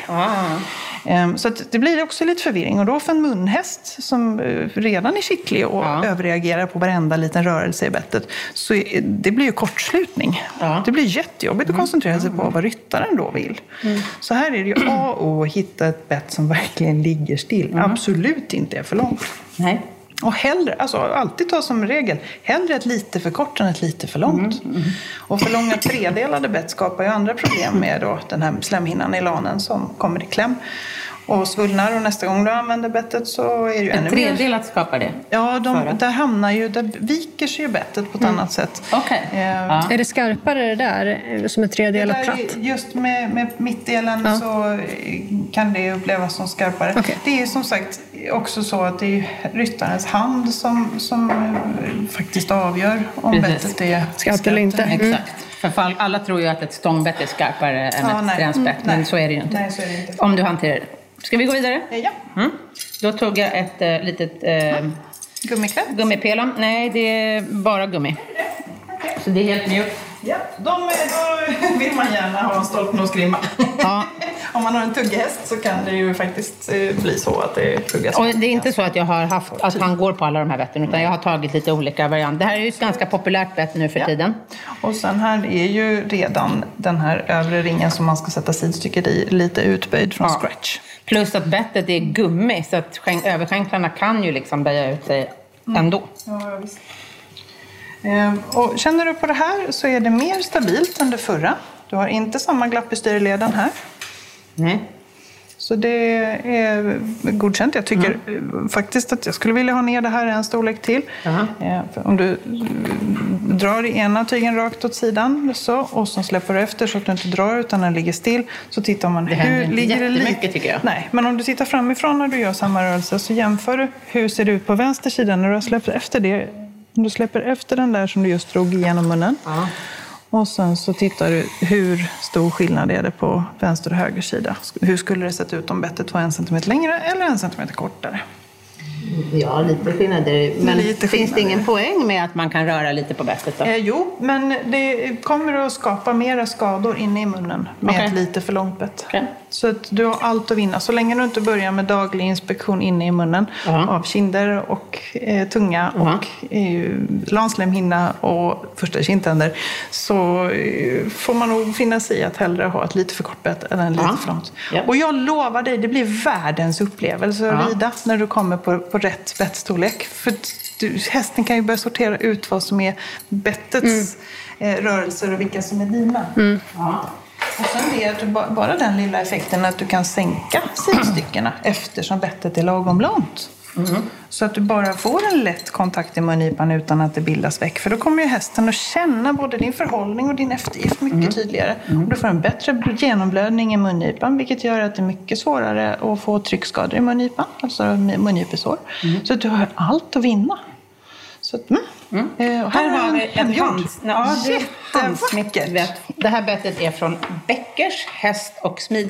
Um, så att det blir också lite förvirring. Och då för en munhäst som redan är skicklig och aha. överreagerar på varenda liten rörelse i bettet så är, det blir ju kortslutning. Aha. Det blir jättejobbigt mm. att koncentrera sig på vad ryttaren då vill. Mm. Så här är det ju A och O att hitta ett bett som verkligen ligger still. Mm. Absolut inte är för långt. Nej. Och hellre, alltså alltid ta som regel, hellre ett lite för kort än ett lite för långt. Mm, mm. Och för långa tredelade bett skapar ju andra problem med då den här slemhinnan i lanen som kommer i kläm och svullnar, och nästa gång du använder bettet så är det ju en ännu mer. tredelat skapar det? Ja, de, där hamnar ju, där viker sig ju bettet på ett mm. annat sätt. Okay. Eh, ja. Är det skarpare det där som är tredelat platt? Just med, med mittdelen ja. så kan det upplevas som skarpare. Okay. Det är som sagt också så att det är ryttarens hand som, som faktiskt avgör om Precis. bettet är skarpt eller inte. Mm. Exakt. För alla tror ju att ett stångbett är skarpare än ja, ett stränsbett, men nej. så är det ju inte. Nej, så är det inte. Om du hanterar det. Ska vi gå vidare? Ja. Mm. Då tog jag ett äh, litet... Äh, Gummiklätt? Gummipelon. Nej, det är bara gummi. Okay. Så det är helt mjukt. Ja, de är, då vill man gärna ha en stolpnosgrimma. Ja. Om man har en tugghäst så kan det ju faktiskt bli så att det tuggas. Och det är inte så att jag har haft att han går på alla de här betten, utan jag har tagit lite olika varianter. Det här är ju ett ganska populärt bett nu för ja. tiden. Och sen här är ju redan den här övre ringen som man ska sätta sidstycket i lite utböjd från ja. scratch. Plus att bettet är gummi så att skänk, överskänklarna kan ju liksom böja ut sig ändå. Mm. Ja, visst. Och känner du på det här så är det mer stabilt än det förra. Du har inte samma glapp i styrleden här. Nej. Så det är godkänt. Jag tycker mm. faktiskt att jag skulle vilja ha ner det här en storlek till. Uh-huh. För om du drar i ena tygen rakt åt sidan så, och så släpper du efter så att du inte drar utan den ligger still, så tittar man det hur inte ligger det mycket, tycker jag. Nej, men om du tittar framifrån när du gör samma rörelse så jämför du hur ser det ut på vänster sida när du har släppt efter det. Om du släpper efter den där som du just drog igenom munnen. Uh-huh. Och sen så tittar du hur stor skillnad är det på vänster och höger sida. Hur skulle det sett ut om bettet var en centimeter längre eller en centimeter kortare? Ja, lite skillnader. Men lite finns skillnader. Det ingen poäng med att man kan röra lite på bettet då? Eh, jo, men det kommer att skapa mera skador inne i munnen med okay. ett lite för långt bett. Okay. Så att du har allt att vinna. Så länge du inte börjar med daglig inspektion inne i munnen uh-huh. av kinder och eh, tunga uh-huh. och eh, lanslemhinna och första kindtänder, så eh, får man nog finna sig i att hellre ha ett lite för kort bett än en lite uh-huh. för långt. Yep. Och jag lovar dig, det blir världens upplevelse att uh-huh. rida när du kommer på, på rätt bettstorlek. För du, hästen kan ju börja sortera ut vad som är bettets mm. eh, rörelser och vilka som är dina. Mm. Ja. Och sen det att du bara den lilla effekten att du kan sänka sidstyckena eftersom bettet är lagom långt. Mm. Så att du bara får en lätt kontakt i mungipan utan att det bildas väck. För då kommer ju hästen att känna både din förhållning och din eftergift mycket mm. tydligare. Mm. Och du får en bättre genomblödning i mungipan, vilket gör att det är mycket svårare att få tryckskador i mungipan, alltså mungipesår. Mm. Så att du har allt att vinna. Så att, mm. Mm. Och här har vi en hands, ja, det, handsmitt. Det här bettet är från Bäckers häst och smide.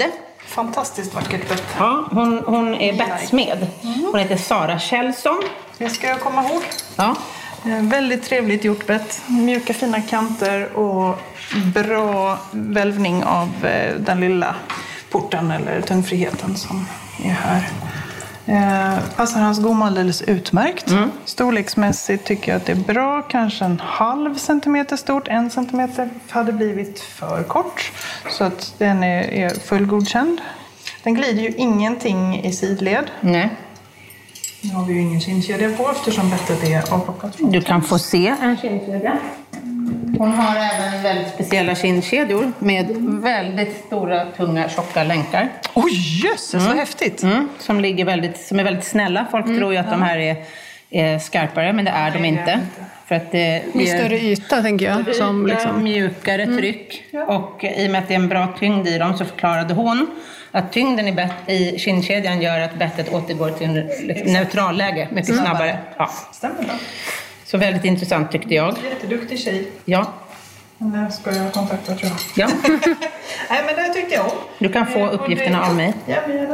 fantastiskt vackert bett. Ja, hon, hon är bettsmed. Hon heter Sara Kjellson. Det ska jag komma ihåg. Ja. Väldigt trevligt gjort bett. Mjuka fina kanter och bra välvning av den lilla porten eller tungfriheten som är här. Eh, passar hans gom alldeles utmärkt. Mm. Storleksmässigt tycker jag att det är bra. Kanske en halv centimeter stort. En centimeter hade blivit för kort. Så att den är, är fullgodkänd. Den glider ju ingenting i sidled. Nej. Nu har vi ju ingen kindkedja på eftersom bettet är avplockat. Du kan få se en kindkedja. Hon har även väldigt speciella kindkedjor med väldigt stora, tunga, tjocka länkar. Oj, jösses, mm. vad häftigt! Mm. Som, ligger väldigt, som är väldigt snälla. Folk mm. tror ju att ja. de här är, är skarpare, men det är de inte. För att det är större yta, tänker jag. Som yta, liksom... mjukare tryck. Mm. Ja. Och i och med att det är en bra tyngd i dem så förklarade hon att tyngden i, bet, i kindkedjan gör att bettet återgår till en neutralläge mycket mm. snabbare. Ja. Stämmer bra. Så väldigt intressant tyckte jag. Jätteduktig tjej. Ja. När ska jag kontakta, tror jag. Ja. Nej, men det tyckte jag om. Du kan få uppgifterna det... av mig. Ja, men jag vet.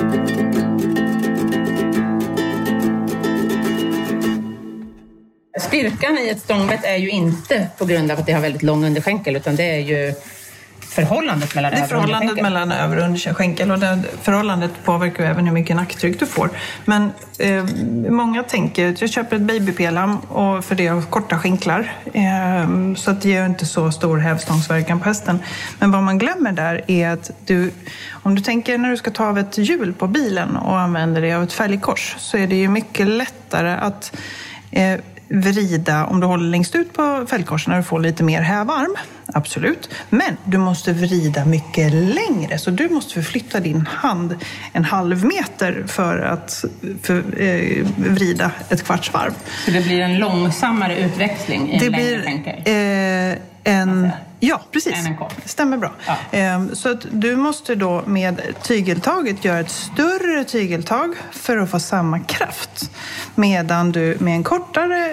Styrkan i ett stångbett är ju inte på grund av att det har väldigt lång underskänkel, utan det är ju förhållandet mellan över och underskänkel. Det är förhållandet mellan över och underskänkel, och det förhållandet påverkar även hur mycket nacktryck du får. Men eh, många tänker att jag köper ett babypelam och för det har korta skinklar eh, så att det gör inte så stor hävstångsverkan på hästen. Men vad man glömmer där är att du, om du tänker när du ska ta av ett hjul på bilen och använder det av ett fälgkors, så är det ju mycket lättare att eh, vrida om du håller längst ut på fälgkorsen när du får lite mer hävarm. Absolut. Men du måste vrida mycket längre. Så du måste förflytta din hand en halv meter för att för, eh, vrida ett kvarts varv. Så det blir en långsammare utväxling i det en blir, längre skänkel? Eh, en... Ja, precis. Stämmer bra. Ja. Så att du måste då med tygeltaget göra ett större tygeltag för att få samma kraft. Medan du med en kortare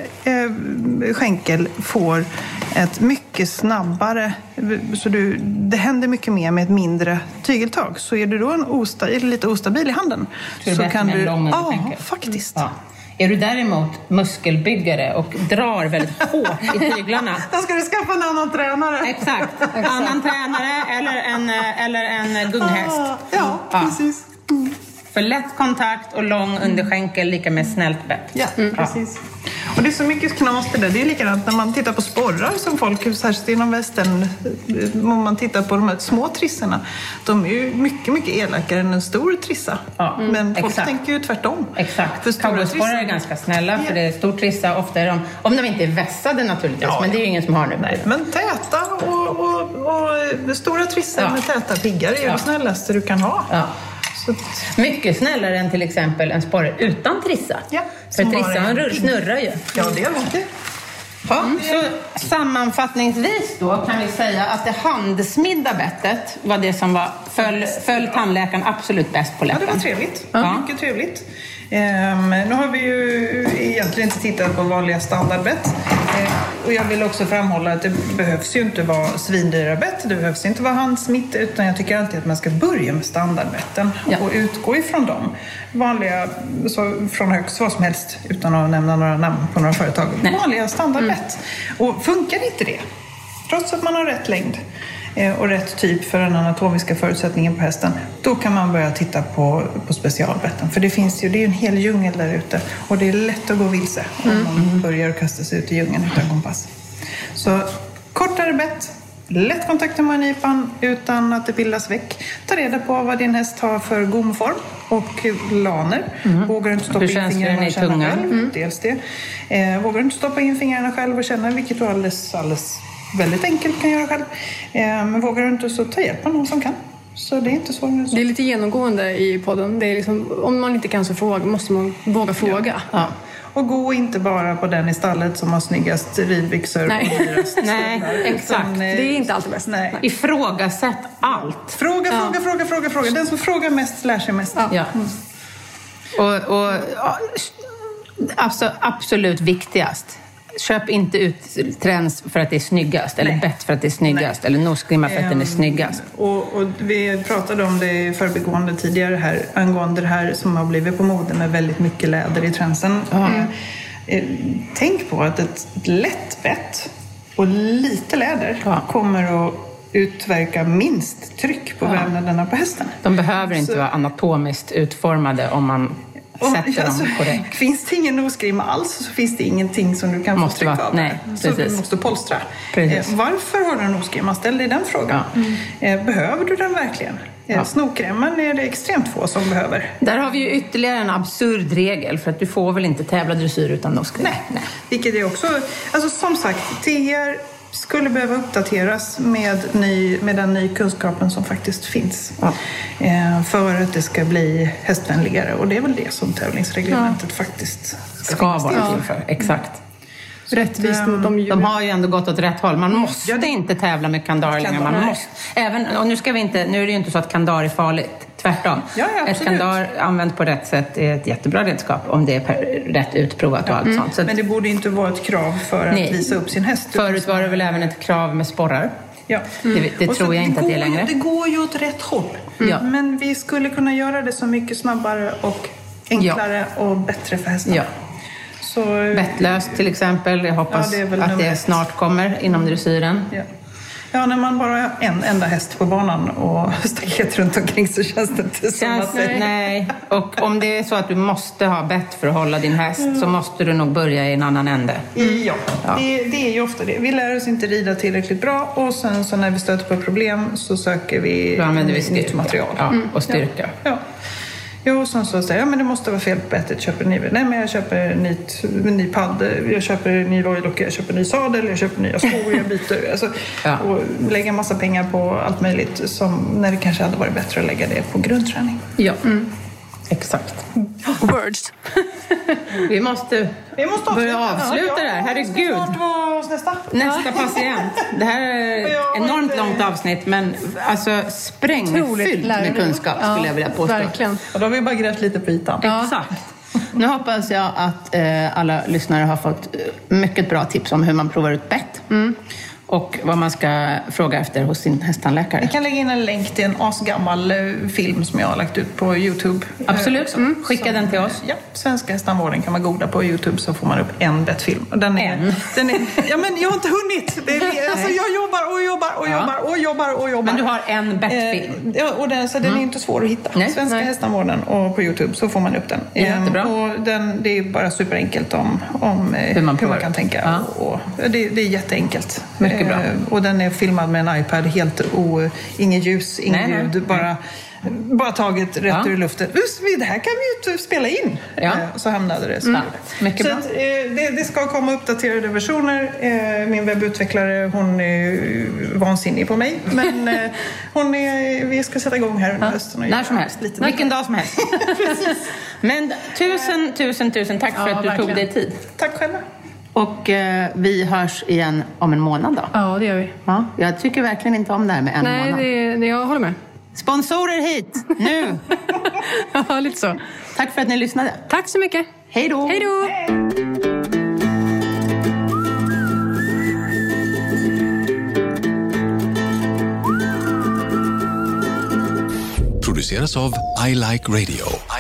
skänkel får ett mycket snabbare... Så du, det händer mycket mer med ett mindre tygeltag. Så är du då en osta, lite ostabil i handen så, så kan du... Ja, faktiskt. Ja. Är du däremot muskelbyggare och drar väldigt hårt i tyglarna? Då ska du skaffa en annan tränare. Exakt. En annan tränare eller en, eller en gunghäst. Ah, ja, ja, precis. Mm. För lätt kontakt och lång underskänkel lika med snällt bett. Ja, mm. precis. Och det är så mycket knas det där. Det är likadant när man tittar på sporrar som folk, särskilt inom västern, om man tittar på de här små trissorna. De är ju mycket, mycket elakare än en stor trissa. Ja, mm. Men folk Exakt. tänker ju tvärtom. Exakt. För cowboysporrar är ganska snälla, för det är stor trissa. Ofta är de, om de inte är vässade naturligtvis, ja, men det är ju ingen som har nu. Nej, men täta och, och, och stora trissor ja. med täta piggar är ju ja. det snällaste du kan ha. Ja. Mycket snällare än till exempel en sporre utan trissa. Ja, för trissan en... snurrar ju. Ja, det gör det. Ja, så sammanfattningsvis då kan vi säga att det handsmidda bettet var det som var föll, föll tandläkaren absolut bäst på läppen. Ja, det var trevligt. Ja. Mycket trevligt. Um, nu har vi ju egentligen inte tittat på vanliga standardbett. Uh, och jag vill också framhålla att det behövs ju inte vara svindyra bett. Det behövs inte vara handsmitt, utan jag tycker alltid att man ska börja med standardbetten ja. och utgå ifrån dem. Vanliga, så från högst vad som helst, utan att nämna några namn på några företag. Nej. Vanliga standardbett. Mm. Och funkar inte det, trots att man har rätt längd och rätt typ för den anatomiska förutsättningen på hästen, då kan man börja titta på, på specialbetten. För det finns ju, det är ju en hel djungel där ute, och det är lätt att gå vilse mm. om man börjar kasta sig ut i djungeln utan kompass. Så kortare bett, lätt kontakt med nypan utan att det bildas väck. Ta reda på vad din häst har för gomform och laner. Mm. Vågar du inte stoppa in fingrarna och känna själv? Mm. Dels det. Eh, vågar du inte stoppa in fingrarna själv och känna, vilket du alldeles, alldeles väldigt enkelt kan göra själv. Eh, men vågar du inte, så ta hjälp av någon som kan. Så det är inte svårare så. Det är lite genomgående i podden. Det är liksom, om man inte kan så fråga, måste man våga fråga. Ja. Ja. Och gå inte bara på den i stallet som har snyggast ridbyxor. Nej, nej exakt. Utan, det är inte alltid bäst. Nej. Ifrågasätt allt. Fråga, ja. fråga, fråga, fråga, fråga. Den som frågar mest lär sig mest. Ja. Ja. Mm. Och, och alltså, absolut viktigast. köp inte ut trends för att det är snyggast. Eller bett för att det är snyggast. Nej. Eller noskrimma för att um, den är snyggast. Och, och vi pratade om det i förbigående tidigare här. Angående det här som har blivit på mode med väldigt mycket läder i trendsen. Mm. Eh, tänk på att ett lätt bett och lite läder ja. kommer att utverka minst tryck på ja. vävnaderna på hästen. De behöver inte Så. vara anatomiskt utformade om man sätter alltså, dem korrekt. Finns det ingen nosgrimma alls så finns det ingenting som du kan måste få tryck vara, av. Nej, så du måste polstra. Precis. Eh, varför har du en nosgrimma? Ställ dig den frågan. Ja. Mm. Eh, behöver du den verkligen? Eh, ja. Snokrämmen är det extremt få som behöver. Där har vi ju ytterligare en absurd regel för att du får väl inte tävla dressyr utan nosgrimma. Nej, nej. Vilket är också, alltså som sagt, T R skulle behöva uppdateras med, ny, med den ny kunskapen som faktiskt finns. Ja. Eh, för att det ska bli hästvänligare. Och det är väl det som tävlingsreglementet ja. faktiskt ska, ska vara till för. Exakt. Rättvist mot de djur. De har ju ändå gått åt rätt håll. Man måste ja, det... inte tävla med kandar längre. Man måste. Även, och nu, ska vi inte, nu är det ju inte så att kandar är farligt. Tvärtom. Ja, ja, ett kandar använt på rätt sätt är ett jättebra redskap om det är per, rätt utprovat och allt mm. sånt. Så men det borde inte vara ett krav för att nej. visa upp sin häst. Förut var det väl även ett krav med sporrar. Ja. Mm. Det, det tror jag inte går, att det är längre. Det går ju åt rätt håll. Mm. Ja. Men vi skulle kunna göra det så mycket snabbare och enklare ja. och bättre för hästarna. Ja. Så, bettlöst till exempel. Jag hoppas ja, det att det ett. snart kommer inom dressyren. Ja. Ja, när man bara har en enda häst på banan och staket runt omkring så känns det inte som känns, att det... Nej, och om det är så att du måste ha bett för att hålla din häst mm. så måste du nog börja i en annan ände. Mm. Ja, ja. Det, det är ju ofta det. Vi lär oss inte rida tillräckligt bra och sen så när vi stöter på problem så söker vi, vi nytt material. Ja, och styrka. Ja. Ja. Ja, och sen så säger jag, men det måste vara fel på bettet. Köper ny, nej men jag köper ny, ny padd, jag köper ny lojlocka, jag köper ny sadel, jag köper nya skor, jag byter. Alltså, ja. Och lägga en massa pengar på allt möjligt som när det kanske hade varit bättre att lägga det på grundträning. Ja, mm. exakt. Words. Vi måste, Vi måste börja avsluta ja, det här. Herregud. Snart var nästa. Nästa patient. Det här är ett enormt långt avsnitt, men alltså sprängfyllt med kunskap skulle ja, jag vilja påstå. Verkligen. Och då har vi bara grävt lite på ytan. Ja. Exakt. Nu hoppas jag att eh, alla lyssnare har fått mycket bra tips om hur man provar ut bett. Mm. Och vad man ska fråga efter hos sin hästtandläkare. Vi kan lägga in en länk till en asgammal film som jag har lagt ut på YouTube. Absolut, mm. skicka som, den till oss. Ja, Svenska hästtandvården kan man googla på YouTube så får man upp en bettfilm. Den är, en? Den är, ja men jag har inte hunnit. Det är, alltså, jag jobbar och jobbar och ja. jobbar och jobbar och jobbar. Men du har en bettfilm? Eh, ja, och den, så den mm. är inte svår att hitta. Nej. Svenska Nej. hästtandvården och på YouTube så får man upp den. Jättebra. Eh, och den, det är bara superenkelt om, om hur, man hur man kan tänka. Ja. Och, och det, det är jätteenkelt. Mycket bra. Eh, och den är filmad med en iPad, helt o, inget ljus, inget nej, ljud, nej. bara bara taget rätt ja. ur luften. Det här kan vi ju spela in. Ja. Så hamnade det. Så, mm. Mycket så bra. att, det, det ska komma uppdaterade versioner. Min webbutvecklare, hon är vansinnig på mig. Men hon är, vi ska sätta igång här under ja. hösten. Och när som helst. Lite Vilken dag som helst. Precis. Men tusen, tusen, tusen tack för ja, att du verkligen. tog dig tid. Tack själva. Och eh, vi hörs igen om en månad då. Ja, det gör vi. Ja, jag tycker verkligen inte om det här med en Nej, månad. Nej, det, jag håller med. Sponsorer hit, nu! Ja, lite så. Tack för att ni lyssnade. Tack så mycket. Hej då! Hej då! Produceras av I Like Radio.